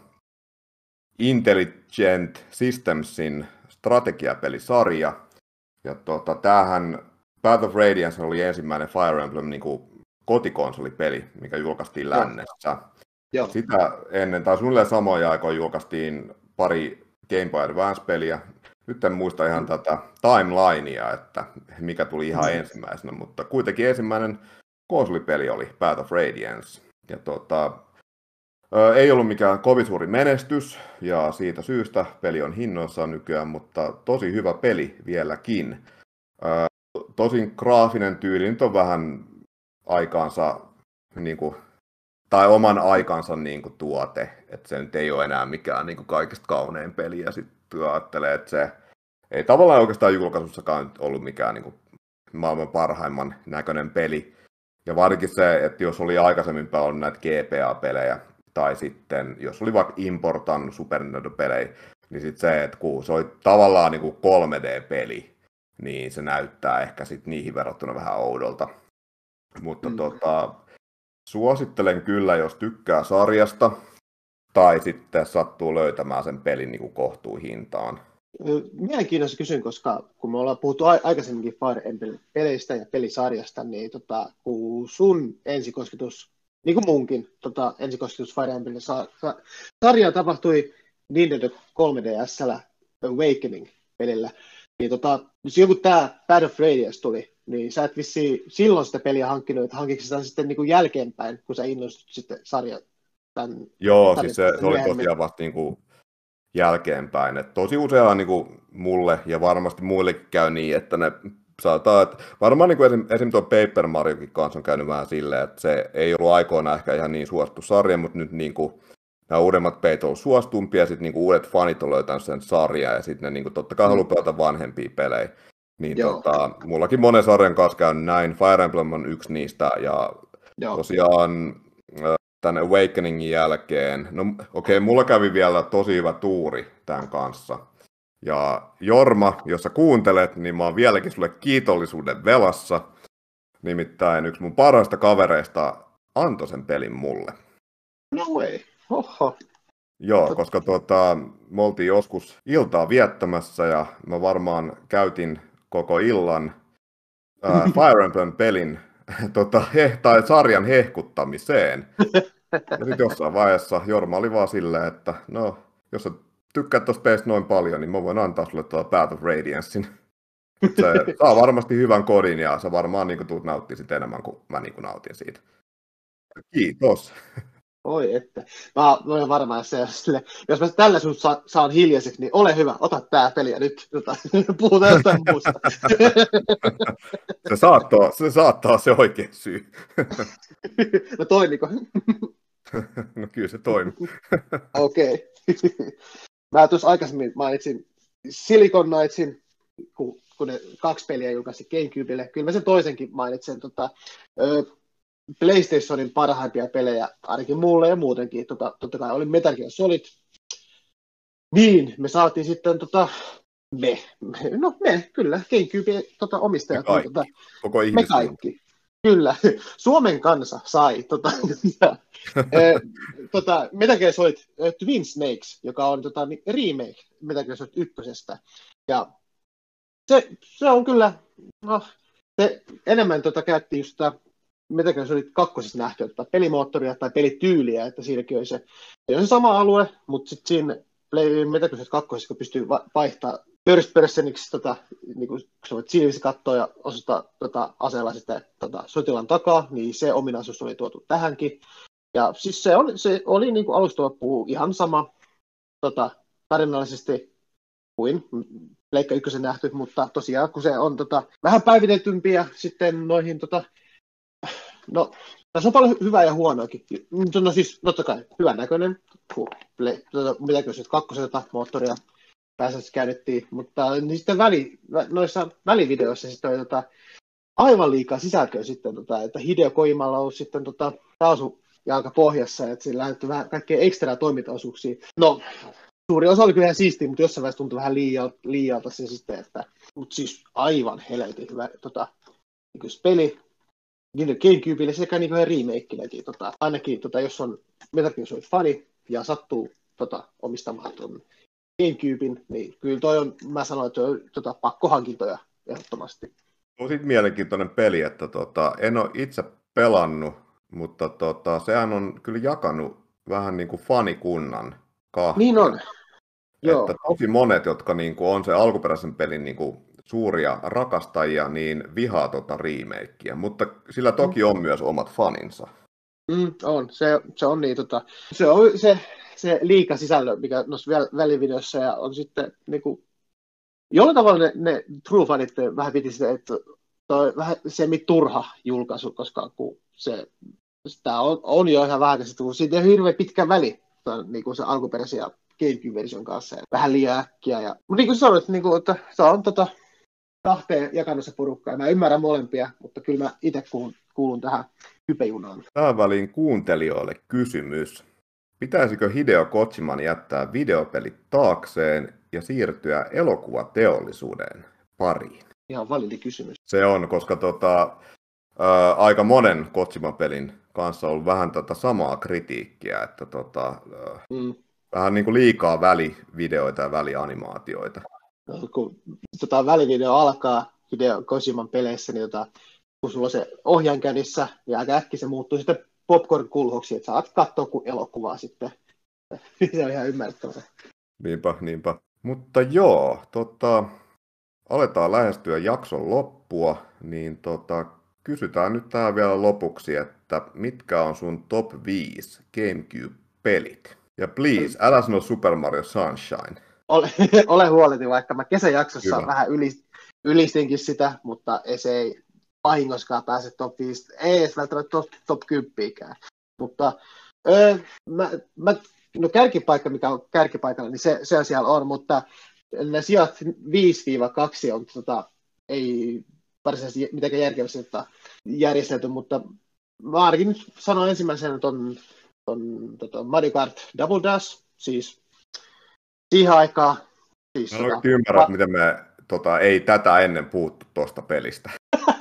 Speaker 1: Intelligent Systemsin strategiapelisarja. Ja tota, tämähän Path of Radiance oli ensimmäinen Fire Emblem niin kuin kotikonsolipeli, mikä julkaistiin lännessä. Joo. Sitä ennen, tai suunnilleen samoja aikoja julkaistiin pari Game Boy Advance-peliä. Nyt en muista ihan mm. tätä timelinea, että mikä tuli ihan mm. ensimmäisenä, mutta kuitenkin ensimmäinen konsolipeli oli Path of Radiance. Ja tota, ää, ei ollut mikään kovin suuri menestys, ja siitä syystä peli on hinnoissaan nykyään, mutta tosi hyvä peli vieläkin. Ää, tosin graafinen tyyli nyt on vähän aikaansa, niin kuin, tai oman aikansa niin kuin tuote, että se nyt ei ole enää mikään niin kuin kaikista kaunein peli, ja sitten ajattelee, että se ei tavallaan oikeastaan julkaisussakaan ollut mikään niin kuin maailman parhaimman näköinen peli. Ja varsinkin se, että jos oli aikaisemmin ollut näitä G P A-pelejä, tai sitten jos oli vaikka importannut Super Nintendo-pelejä, niin sitten se, että kun se oli tavallaan niin kuin kolme D-peli, niin se näyttää ehkä sitten niihin verrattuna vähän oudolta. Mutta mm. tota, suosittelen kyllä, jos tykkää sarjasta, tai sitten sattuu löytämään sen pelin niin kuin kohtuuhintaan.
Speaker 2: Mielenkiintoista kysyn, koska kun me ollaan puhuttu aikaisemminkin Fire Emblem-peleistä ja pelisarjasta, niin tota, kun sun ensikosketus, niin kuin munkin, tota, ensikosketus Fire Emblem-sarjaa tapahtui Nintendo kolme D S:llä Awakening-pelillä, niin tota, jos joku tää Path of Radiance tuli, niin sä et vissiin silloin sitä peliä hankkinut, että hankiksi sitä sitten niin kuin jälkeenpäin, kun sä innostut sitten sarjan. Tämän,
Speaker 1: Joo, siis se, se oli tosiaan vasta niin kuin jälkeenpäin. Et tosi usein niin kuin mulle ja varmasti muillekin käy niin, että ne saattaa, että varmaan niin kuin esim, esim. tuo Paper Mariokin kanssa on käynyt vähän silleen, että se ei ollut aikoina ehkä ihan niin suosittu sarja, mutta nyt niin kuin nämä uudemmat peit on ollut suositumpia, ja sitten niin kuin uudet fanit on löytänyt sen sarjan, ja sitten ne niin kuin totta kai mm. haluaa pelata vanhempia pelejä. Niin tota, mullakin monen sarjan kanssa käynyt näin. Fire Emblem on yksi niistä, ja Joo. tosiaan tämän Awakeningin jälkeen, no okei, okay, mulla kävi vielä tosi hyvä tuuri tämän kanssa. Ja Jorma, jos sä kuuntelet, niin mä oon vieläkin sulle kiitollisuuden velassa. Nimittäin yksi mun parhaista kavereista antoi sen pelin mulle.
Speaker 2: No way. Oho.
Speaker 1: Joo,
Speaker 2: Tot...
Speaker 1: koska tuota, me oltiin joskus iltaa viettämässä ja mä varmaan käytin koko illan ää, Fire Emblem-pelin tota, he, tai sarjan hehkuttamiseen. Ja sitten jossain vaiheessa Jorma oli vaan silleen, että no, jos sä tykkäät tosta pelistä noin paljon, niin mä voin antaa sulle tuota Path of Radiancein. Se saa varmasti hyvän kodin ja sä varmaan niin tuut nauttia sit enemmän kuin mä niin nautin siitä. Kiitos.
Speaker 2: Oi että. Mä olen varmaan se, jos mä tällä sun sa- saan hiljaiseksi, niin ole hyvä, ota tää peli ja nyt tota, puhutaan jostain muusta.
Speaker 1: se, saattaa, se saattaa se oikea syy.
Speaker 2: No toimiko?
Speaker 1: No kyllä se toimi.
Speaker 2: Okei. Okay. Mä tuossa aikaisemmin mainitsin Silicon Knightsin, kun, kun ne kaksi peliä julkaisi GameCubelle. Kyllä mä sen toisenkin mainitsen. Tota, ö, PlayStationin parhaimpia pelejä, ainakin mulle ja muutenkin. Tota, totta kai oli Metal Gear Solid. Niin, me saatiin sitten, tota, me, no me, kyllä, GameCube tota, omistajat.
Speaker 1: Me kaikki,
Speaker 2: tota,
Speaker 1: koko
Speaker 2: me kaikki. Kyllä, Suomen kansa sai tota, ja, e, tota, Metal Gear Solid Twin Snakes, joka on tota, remake Metal Gear Solid ykkösestä. Ja se, se on kyllä, no, se enemmän tota, käytti just sitä Metal Gear Solid kakkosessa nähtyä tota, pelimoottoria tai pelityyliä, että siinäkin oli se, se, on se sama alue, mutta sitten siinä Metal Gear Solid kakkosessa, kun pystyy vaihtamaan first personiksi, tota, niin kun sä voit siivisi katsoa ja osata tota, aseella sitten tota, sotilaan takaa, niin se ominaisuus oli tuotu tähänkin. Ja siis se, on, se oli niin kuin alusta loppuun ihan sama tota, tarinallisesti kuin Pleikka ykkösen nähty, mutta tosiaan kun se on tota, vähän päivitetympiä sitten noihin, tota, no tässä on paljon hyvää ja huonoakin. No siis totta kai hyvän näköinen, kun tota, mitä kysyt kakkosesta moottoria pääsessä käännettiin, mutta niin sitten väli, noissa välivideoissa sitten oli tota, aivan liikaa sisältöä sitten, tota, että Hideo Kojimalla on sitten tota, kaasujalka pohjassa, että siinä lähdetty vähän kaikkea ekstra toimintaosuuksia. No, suuri osa oli kyllä ihan siistiä, mutta jossain vaiheessa tuntui vähän liialta, liialta se sitten, että, mutta siis aivan helvetin hyvä tota, niin peli. GameCubelle sekä niin kuin remakeillekin, tota, ainakin tota, jos on Metal Gear Solid fani ja sattuu tota, omistamaan tuon GameCuben, niin kyllä toi on, mä sanoin, että on tota, pakkohankintoja ehdottomasti.
Speaker 1: On sitten mielenkiintoinen peli, että tota, en ole itse pelannut, mutta tota, sehän on kyllä jakanut vähän niin kuin fanikunnan kahtia.
Speaker 2: Niin on.
Speaker 1: Että
Speaker 2: Joo.
Speaker 1: tosi monet, jotka niin kuin on se alkuperäisen pelin niin kuin suuria rakastajia, niin vihaa tota remakeä, mutta sillä toki on myös omat faninsa.
Speaker 2: Mm, on, se, se on niin, tota, se on se, se liika sisällö, mikä noissa välivideossa ja on sitten niinku, jollain tavalla ne, ne true fanit vähän piti sitä, että toi vähän semi-turha julkaisu, koska kun se, sitä on, on jo ihan vähän käsittää, kun siitä on hirveän pitkä väli, niin kuin se alkuperäisen ja GameCube-version kanssa, ja vähän liian äkkiä. Ja, mutta niin kuin sanoit, niin kuin, että se on tota, kahteen jakanut se porukka, ja mä ymmärrän molempia, mutta kyllä mä itse kuulun, kuulun tähän hypejunaan.
Speaker 1: Tähän väliin kuuntelijoille kysymys. Pitäisikö Hideo Kojiman jättää videopelit taakseen ja siirtyä elokuvateollisuuden pariin?
Speaker 2: Ihan validi kysymys.
Speaker 1: Se on, koska tota, ää, aika monen Kojiman-pelin kanssa on ollut vähän tätä samaa kritiikkiä, että tota, ää, mm. vähän niin kuin liikaa välivideoita ja välianimaatioita.
Speaker 2: No, kun tota, välivideo alkaa Hideo Kojiman peleissä, niin tota, kun sulla on se ohjaan kädissä, ja aika äkkiä se muuttuu sitten popcorn-kulhoksi, että saat katsoa kuin elokuvaa sitten. Se on ihan ymmärrettävää.
Speaker 1: Niinpä, niinpä. Mutta joo, tota, aletaan lähestyä jakson loppua, niin tota, kysytään nyt tähän vielä lopuksi, että mitkä on sun top viisi GameCube-pelit? Ja please, älä sano Super Mario Sunshine.
Speaker 2: Ole, ole huoleti, vaikka mä kesäjaksossa Hyvä. vähän yli, ylistinkin sitä, mutta se ei vahingoskaan pääse top viisi, ei edes välttämättä top, top kymmenen. Mutta öö, mä, mä, no kärkipaikka, mikä on kärkipaikalla, niin se, se siellä on, mutta ne sijat viisi kaksi on tota, ei varsinaisesti mitenkään järkevästi järjestelty, mutta mä ainakin nyt sanon ensimmäisenä ton, ton tota, Mario Kart Double Dash, siis siihen aikaan. Siis,
Speaker 1: mä en tota, ymmärrä, va- miten me tota, ei tätä ennen puhuttu tuosta pelistä.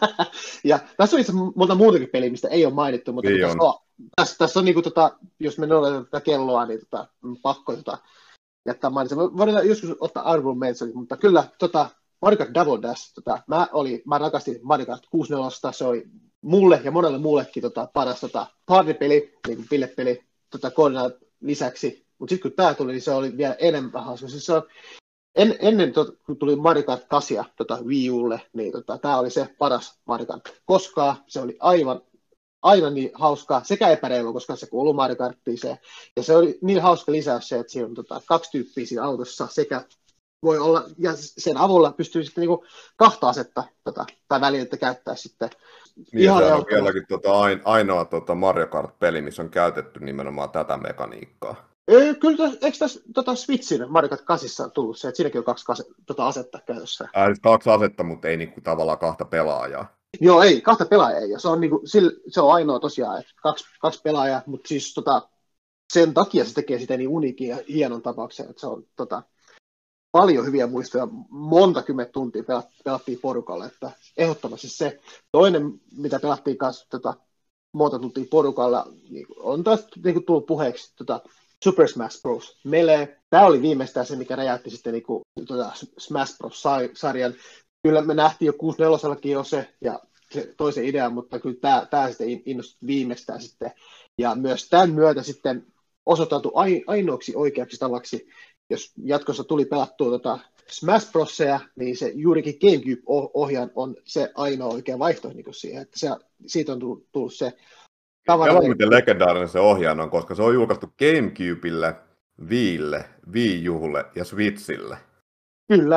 Speaker 2: Ja tässä on itse asiassa monta muutakin peliä, mistä ei ole mainittu, mutta
Speaker 1: Niin
Speaker 2: tässä on, tässä, tässä on niin kuin, tota, jos me noudatetaan tätä kelloa, niin tota, pakko tota, jättää mainitsen. Voidaan joskus ottaa Honorable Mentions, mutta kyllä tota, Mario Kart Double Dash, tota, mä, oli, mä rakastin Mario Kart kuusikymmentäneljä, se oli mulle ja monelle muullekin tota, paras tota, partypeli, niin kuin pillepeli, tota, koordinaat lisäksi, mutta sitten kun tämä tuli, niin se oli vielä enemmän hauska. Siis se on, en, ennen tot, kun tuli Mario Kart kahdeksan tota, Wii Ulle, niin tota, tämä oli se paras Mario Kart koskaan, se oli aivan aina niin hauskaa, sekä epäreilu, koska se kuuluu Mario Karttiin se. Ja se oli niin hauska lisäys se, että siinä on tota, kaksi tyyppiä siinä autossa, sekä voi olla, ja sen avulla pystyy sitten niinku kahta asetta tota, tai välineitä käyttää sitten.
Speaker 1: Niin, ihan se on vieläkin tota, ainoa tota Mario Kart-peli, missä on käytetty nimenomaan tätä mekaniikkaa.
Speaker 2: Ei, kyllä, eikö tässä tota Switchin Mario Kart kahdeksan tullut se, että siinäkin on kaksi kase, tota asetta käytössä?
Speaker 1: Ää, kaksi asetta, mutta ei niinku tavallaan kahta pelaajaa.
Speaker 2: Joo, ei, kahta pelaajaa ei. Se on, niinku, se on ainoa tosiaan, että kaksi, kaksi pelaajaa, mutta siis tota, sen takia se tekee sitä niin uniikin ja hienon tapauksen, että se on tota, paljon hyviä muistoja, monta kymmentä tuntia pelattiin porukalle, että ehdottomasti se. Toinen, mitä pelattiin kanssa tota, monta tuntia porukalla, niin on taas niin kuin tullut puheeksi tota, Super Smash Bros. Melee. Tämä oli viimeistään se, mikä räjäytti sitten niin kuin, tota, Smash Bros-sarjan. Kyllä me nähtiin jo kuusikymmentäneljä jo se ja se toisen idean, mutta kyllä tämä, tämä sitten innostui viimeistään sitten. Ja myös tämän myötä sitten osoittautui ainoaksi oikeaksi tavaksi, jos jatkossa tuli pelattua tota Smash Brosia, niin se juurikin GameCube-ohjaan on se ainoa oikea vaihtoehto niin siihen, että se, siitä on tullut, tullut se
Speaker 1: tavara. Tämä miten legendaarinen se ohjaan on, koska se on julkaistu GameCubelle, Wiille, Wii Ulle ja Switchille.
Speaker 2: Kyllä.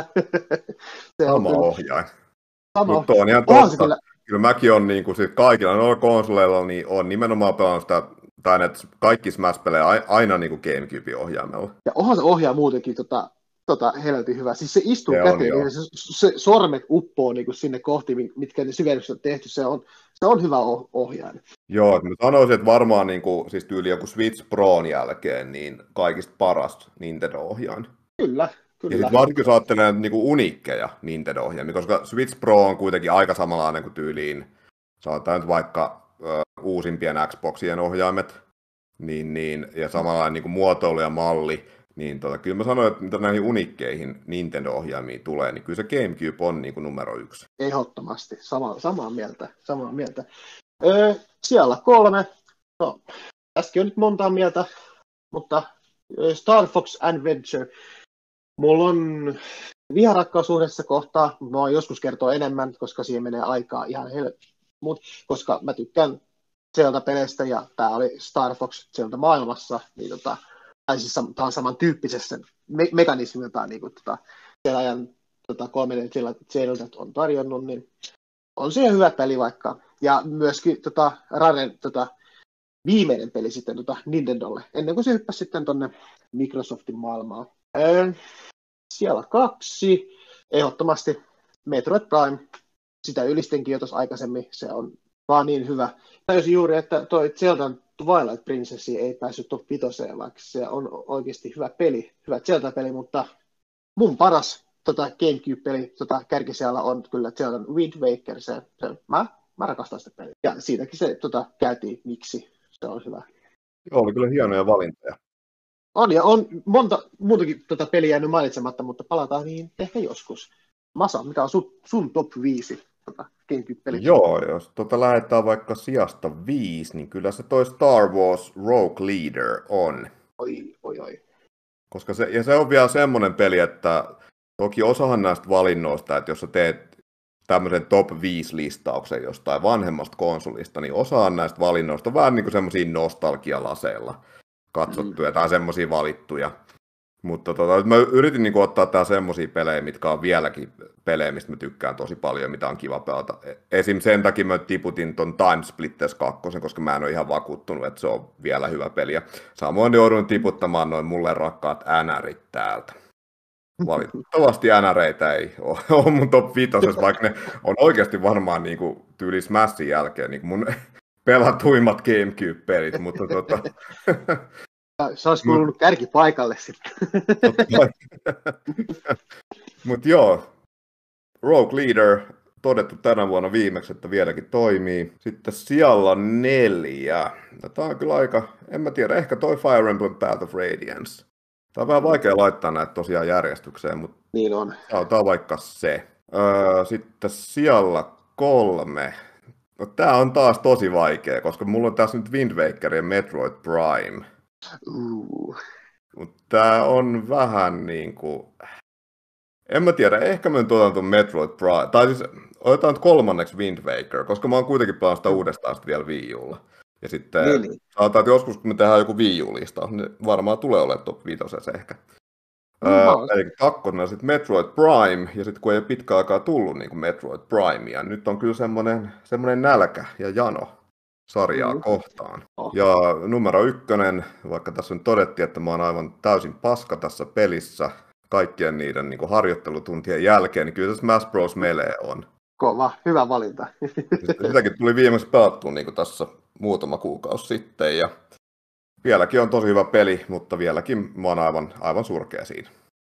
Speaker 1: se Sama on ohjain. Mutta on ihan totta. Kyllä. kyllä mäkin on niin kuin, sit kaikilla noilla konsoleilla niin on nimenomaan pelannut sitä, tai ne kaikki Smash-pelejä aina niin kuin GameCube-ohjaimella.
Speaker 2: Ja onhan se ohjaa muutenkin tota, tota, helvetin hyvä. Siis se istuu se käteen, on, niin se, se sormet uppoo niin kuin sinne kohti, mitkä ne syvennykset on tehty. Se on, se on hyvä ohjain.
Speaker 1: Joo, mä sanoisin, että varmaan niin kuin, siis tyyli joku Switch Proon jälkeen niin kaikista paras Nintendo-ohjain.
Speaker 2: Kyllä. Kyllä.
Speaker 1: Ja sitten varsinkin jos ajattelee niinku uniikkeja Nintendo-ohjaimia, koska Switch Pro on kuitenkin aika samanlainen kuin tyyliin, sanotaan nyt vaikka ö, uusimpien Xboxien ohjaimet, niin, niin, ja samanlainen niinku muotoilu ja malli, niin tota, kyllä mä sanoin, että mitä näihin uniikkeihin Nintendo-ohjaimiin tulee, niin kyllä se GameCube on niinku numero yksi.
Speaker 2: Ehdottomasti, sama, samaa mieltä, samaa mieltä. Öö, siellä kolme, no, tässäkin on nyt montaa mieltä, mutta Star Fox Adventure, mulla on viharakkaussuhdessa kohtaa, mä voin joskus kertoa enemmän, koska siihen menee aikaa ihan hel... Mut, koska mä tykkään Zelda-peleistä ja tää oli Star Fox Zelda-maailmassa, niin tota, tai siis tää on samantyyppisessä me- mekanismiltaan, niin kuin tota, sen ajan tota, kolme D Zelda on tarjonnut, niin on se hyvä peli vaikka. Ja myöskin tota, Raren tota, viimeinen peli sitten tota, Nintendolle, ennen kuin se hyppäsi sitten tonne Microsoftin maailmaan. Öö, siellä kaksi, ehdottomasti Metroid Prime, sitä ylistinkin jo tuossa aikaisemmin, se on vaan niin hyvä. Täysin juuri, että toi Zeldan Twilight Princess ei päässyt top vitoseen, vaikka se on oikeasti hyvä peli, hyvä Zelda-peli, mutta mun paras tota, GameCube-peli tota, kärkisijalla on kyllä Zeldan Wind Waker, se, se, mä, mä rakastan sitä peliä. Ja siitäkin se tota, käytiin, miksi se on hyvä.
Speaker 1: Joo, oli kyllä hienoja valintoja.
Speaker 2: On, ja on monta muutakin tota peliä jäänyt mainitsematta, mutta palataan niin ehkä joskus. Masa, mikä on sun, sun top viisi tota, GameCube-peliä?
Speaker 1: Joo, jos tota lähdetään vaikka sijasta viisi, niin kyllä se toi Star Wars Rogue Leader on.
Speaker 2: Oi, oi, oi.
Speaker 1: Koska se, ja se on vielä semmoinen peli, että toki osahan näistä valinnoista, että jos sä teet tämmöisen top viisi listauksen jostain vanhemmasta konsolista, niin osahan näistä valinnoista on vähän niin kuin semmoisia nostalgialaseilla katsottuja, mm. tai semmoisia valittuja. Mutta tota, mä yritin niin kuin ottaa tää semmosia pelejä, mitkä on vieläkin pelejä, mistä mä tykkään tosi paljon, mitä on kiva pelata. Esim. Sen takia mä tiputin ton Time Splitters kaksi, koska mä en ole ihan vakuuttunut, että se on vielä hyvä peli. Ja samoin joudun tiputtamaan noin mulle rakkaat änärit täältä. Valitettavasti änäreitä ei ole, ole mun top viitosessa, vaikka ne on oikeasti varmaan niin kuin tyyli Smashin jälkeen niin kuin mun pelatuimmat GameCube-pelit, mutta tota...
Speaker 2: Se olisi kuulunut Mut... kärkipaikalle sitten.
Speaker 1: Mutta joo, Rogue Leader, todettu tänä vuonna viimeksi, että vieläkin toimii. Sitten sijalla neljä. Tämä on kyllä aika, en mä tiedä, ehkä toi Fire Emblem Path of Radiance. Tämä on vähän vaikea laittaa näitä tosiaan järjestykseen, mutta
Speaker 2: Niin on.
Speaker 1: tämä on vaikka se. Öö, sitten sijalla kolme. No, tää on taas tosi vaikea, koska mulla on tässä nyt Wind Waker ja Metroid Prime.
Speaker 2: Uh.
Speaker 1: Mutta tää on vähän niinku... En mä tiedä, ehkä mä nyt otan ton Metroid Prime. Tai siis otetaan nyt kolmanneksi Wind Waker, koska mä oon kuitenkin pelannut sitä uudestaan sitten vielä Wii Ulla. Ja sitten
Speaker 2: Niin, niin.
Speaker 1: sanotaan, että joskus kun me tehdään joku Wii U-lista, niin varmaan tulee olemaan top viitosessa ehkä.
Speaker 2: No,
Speaker 1: Öö, eli kakkosena sitten Metroid Prime, ja sitten kun ei ole pitkä aikaa tullut niin kuin Metroid Primea, nyt on kyllä semmoinen, semmoinen nälkä ja jano sarjaa mm. kohtaan. Oh. Ja numero ykkönen, vaikka tässä on todettiin, että mä oon aivan täysin paska tässä pelissä kaikkien niiden niin kuin harjoittelutuntien jälkeen, niin kyllä se Smash Bros. Melee on.
Speaker 2: Kova, hyvä valinta.
Speaker 1: Sitäkin tuli viimeksi pelattua niin kuin tässä muutama kuukausi sitten, ja vieläkin on tosi hyvä peli, mutta vieläkin mä oon aivan, aivan surkea siinä.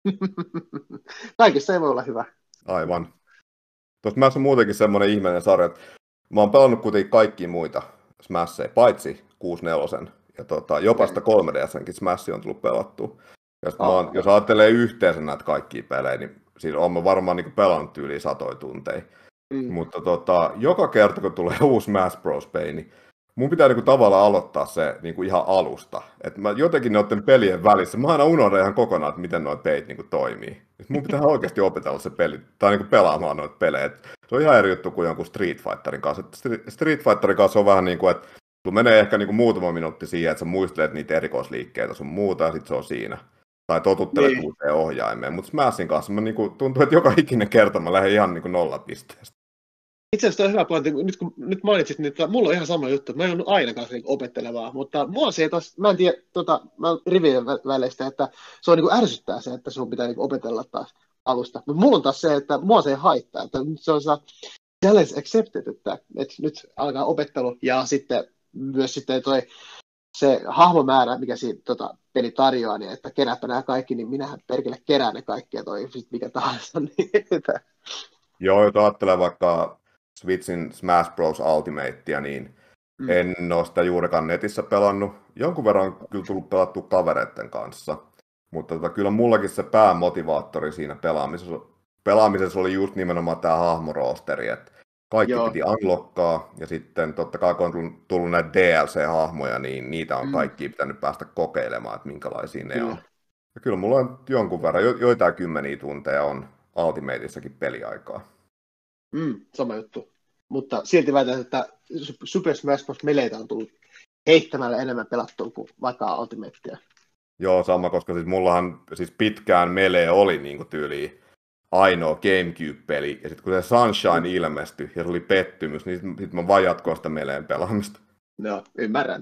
Speaker 2: Kaikissa ei voi olla hyvä.
Speaker 1: Aivan. Tuossa Smash on muutenkin semmoinen ihmeinen sarja, että mä oon pelannut kuitenkin kaikkia muita Smashia, paitsi kuusikymmentäneljä ja tota, jopa sitä kolme D S:nkin Smashia on tullut pelattua. Ja oh, oon, jos ajattelee yhteensä näitä kaikkia pelejä, niin siinä on mä varmaan niin pelannut yli satoja tunteja. Mm. Mutta tota, joka kerta, kun tulee uusi Smash Bros. Peli, niin mun pitää niinku tavallaan aloittaa se niinku ihan alusta. Et mä jotenkin noiden pelien välissä, mä aina unohdan ihan kokonaan, että miten nuo peit niinku toimii. Et mun pitää oikeasti opetella se peli, tai niinku pelaamaan noita pelejä. Et se on ihan eri juttu kuin jonkun Street Fighterin kanssa. Et Street Fighterin kanssa on vähän niin kuin, että sulla menee ehkä niinku muutama minuutti siihen, että sä muistelet niitä erikoisliikkeitä sun muuta, ja sit se on siinä. Tai totuttelet niin uuteen ohjaimeen. Mutta Smashin kanssa mä niinku, tuntuu, että joka ikinen kerta mä lähden ihan niinku nollapisteestä.
Speaker 2: Itse asiassa on hyvä pointti, nyt kun nyt mainitsit, niin mulla on ihan sama juttu, mä en ollut aina kanssa niin opettelemaan, mutta mua se taas, mä en tiedä, tota, mä rivien väleistä, että se on niin kuin ärsyttää se, että sun pitää niin opetella taas alusta. Mutta mulla on taas se, että mua se ei haittaa, että se on challenge accepted, että, että nyt alkaa opettelu ja sitten myös sitten toi se hahmomäärä, mikä siinä tota, peli tarjoaa, niin että kerääpä nämä kaikki, niin minähän perkele kerään ne kaikki ja toi mikä tahansa. Niin, että...
Speaker 1: Joo, jos ajattelee vaikka Switchin Smash Bros. Ultimatea, niin mm. en ole sitä juurikaan netissä pelannut. Jonkun verran on kyllä tullut pelattua kavereiden kanssa, mutta tota, kyllä mullakin se päämotivaattori siinä pelaamisessa, pelaamisessa oli just nimenomaan tämä hahmoroosteri, että kaikki Joo. piti unlockkaa, ja sitten totta kai kun on tullut, tullut näitä D L C-hahmoja, niin niitä on mm. kaikki pitänyt päästä kokeilemaan, että minkälaisia ne on. Ja kyllä mulla on jonkun verran, jo, joitain kymmeniä tunteja on Ultimateissakin peliaikaa.
Speaker 2: Mm, sama juttu. Mutta silti väitän, että Super Smash Bros. Meleitä on tullut heittämällä enemmän pelattua kuin vaikka Ultimatea.
Speaker 1: Joo, sama, koska siis mullahan siis pitkään Melee oli niinku tyyliin ainoa GameCube-peli, ja sitten kun se Sunshine mm. ilmestyi ja se oli pettymys, niin sitten sit mä vaan jatkoin sitä Meleen pelaamista.
Speaker 2: No, ymmärrän.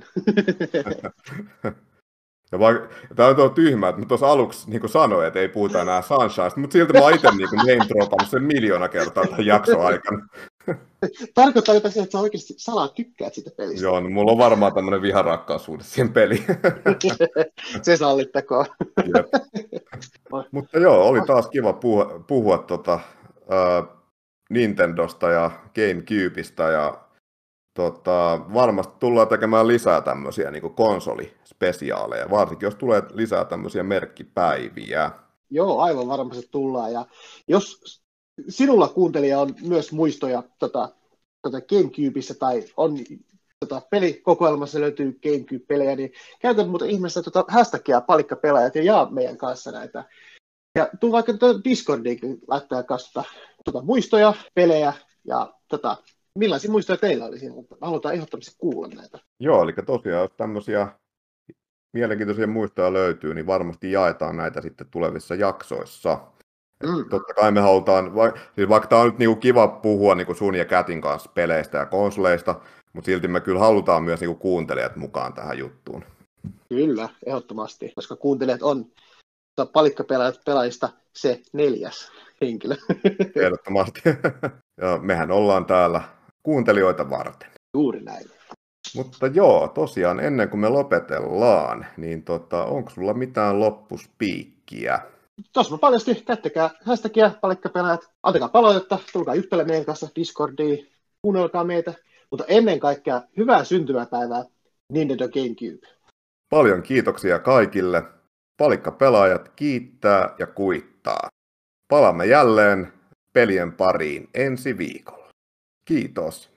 Speaker 1: Ja vaikka, tämä on tyhmä, että mä tuossa aluksi niin sanoin, että ei puhuta enää Sunshineista, mutta silti mä oon itse niin name-dropannut sen miljoona kertaa tämän jakson aikana.
Speaker 2: Tarkoittaa jotain se, että sä oikeasti salaa tykkäät siitä pelistä.
Speaker 1: Joo, no mulla on varmaan tämmöinen viharakkaussuhde siihen peliin.
Speaker 2: Se sallittakoon.
Speaker 1: Mutta joo, oli taas kiva puhua, puhua tota, uh, Nintendosta ja GameCubeista ja tota, varmasti tullaan tekemään lisää tämmöisiä niin kuin konsolispesiaaleja, varsinkin jos tulee lisää tämmöisiä merkkipäiviä.
Speaker 2: Joo, aivan varmasti tullaan. Ja jos sinulla kuuntelija on myös muistoja tota, tota GameCubeissa tai on tota, pelikokoelmassa löytyy GameCube-pelejä, niin käytä muuten ihmeessä tota hashtagia palikkapelaajat ja jaa meidän kanssa näitä. Ja tuu vaikka Discordiin laittaa kanssa tota, muistoja, pelejä ja tota, millaisia muistoja teillä oli siinä? Halutaan ehdottomasti kuulla näitä.
Speaker 1: Joo, eli tosiaan, jos tämmöisiä mielenkiintoisia muistoja löytyy, niin varmasti jaetaan näitä sitten tulevissa jaksoissa. Mm. Totta kai me halutaan, siis vaikka tämä on nyt niinku kiva puhua niinku sun ja Kätin kanssa peleistä ja konsoleista, mutta silti me kyllä halutaan myös niinku kuuntelijat mukaan tähän juttuun.
Speaker 2: Kyllä, ehdottomasti, koska kuuntelijat on palikkapelaajat pelaajista se neljäs henkilö.
Speaker 1: Ehdottomasti. Ja mehän ollaan täällä kuuntelijoita varten.
Speaker 2: Juuri näin.
Speaker 1: Mutta joo, tosiaan ennen kuin me lopetellaan, niin tota, onko sulla mitään loppuspiikkiä?
Speaker 2: Tuossa mä paljasti, käyttäkää hashtagia palikkapelaajat, antakaa palautetta, tulkaa juttelemaan meidän kanssa Discordiin, kuunnelkaa meitä, mutta ennen kaikkea hyvää syntymäpäivää Nintendo GameCube.
Speaker 1: Paljon kiitoksia kaikille. Palikkapelaajat kiittää ja kuittaa. Palaamme jälleen pelien pariin ensi viikolla. Kiitos.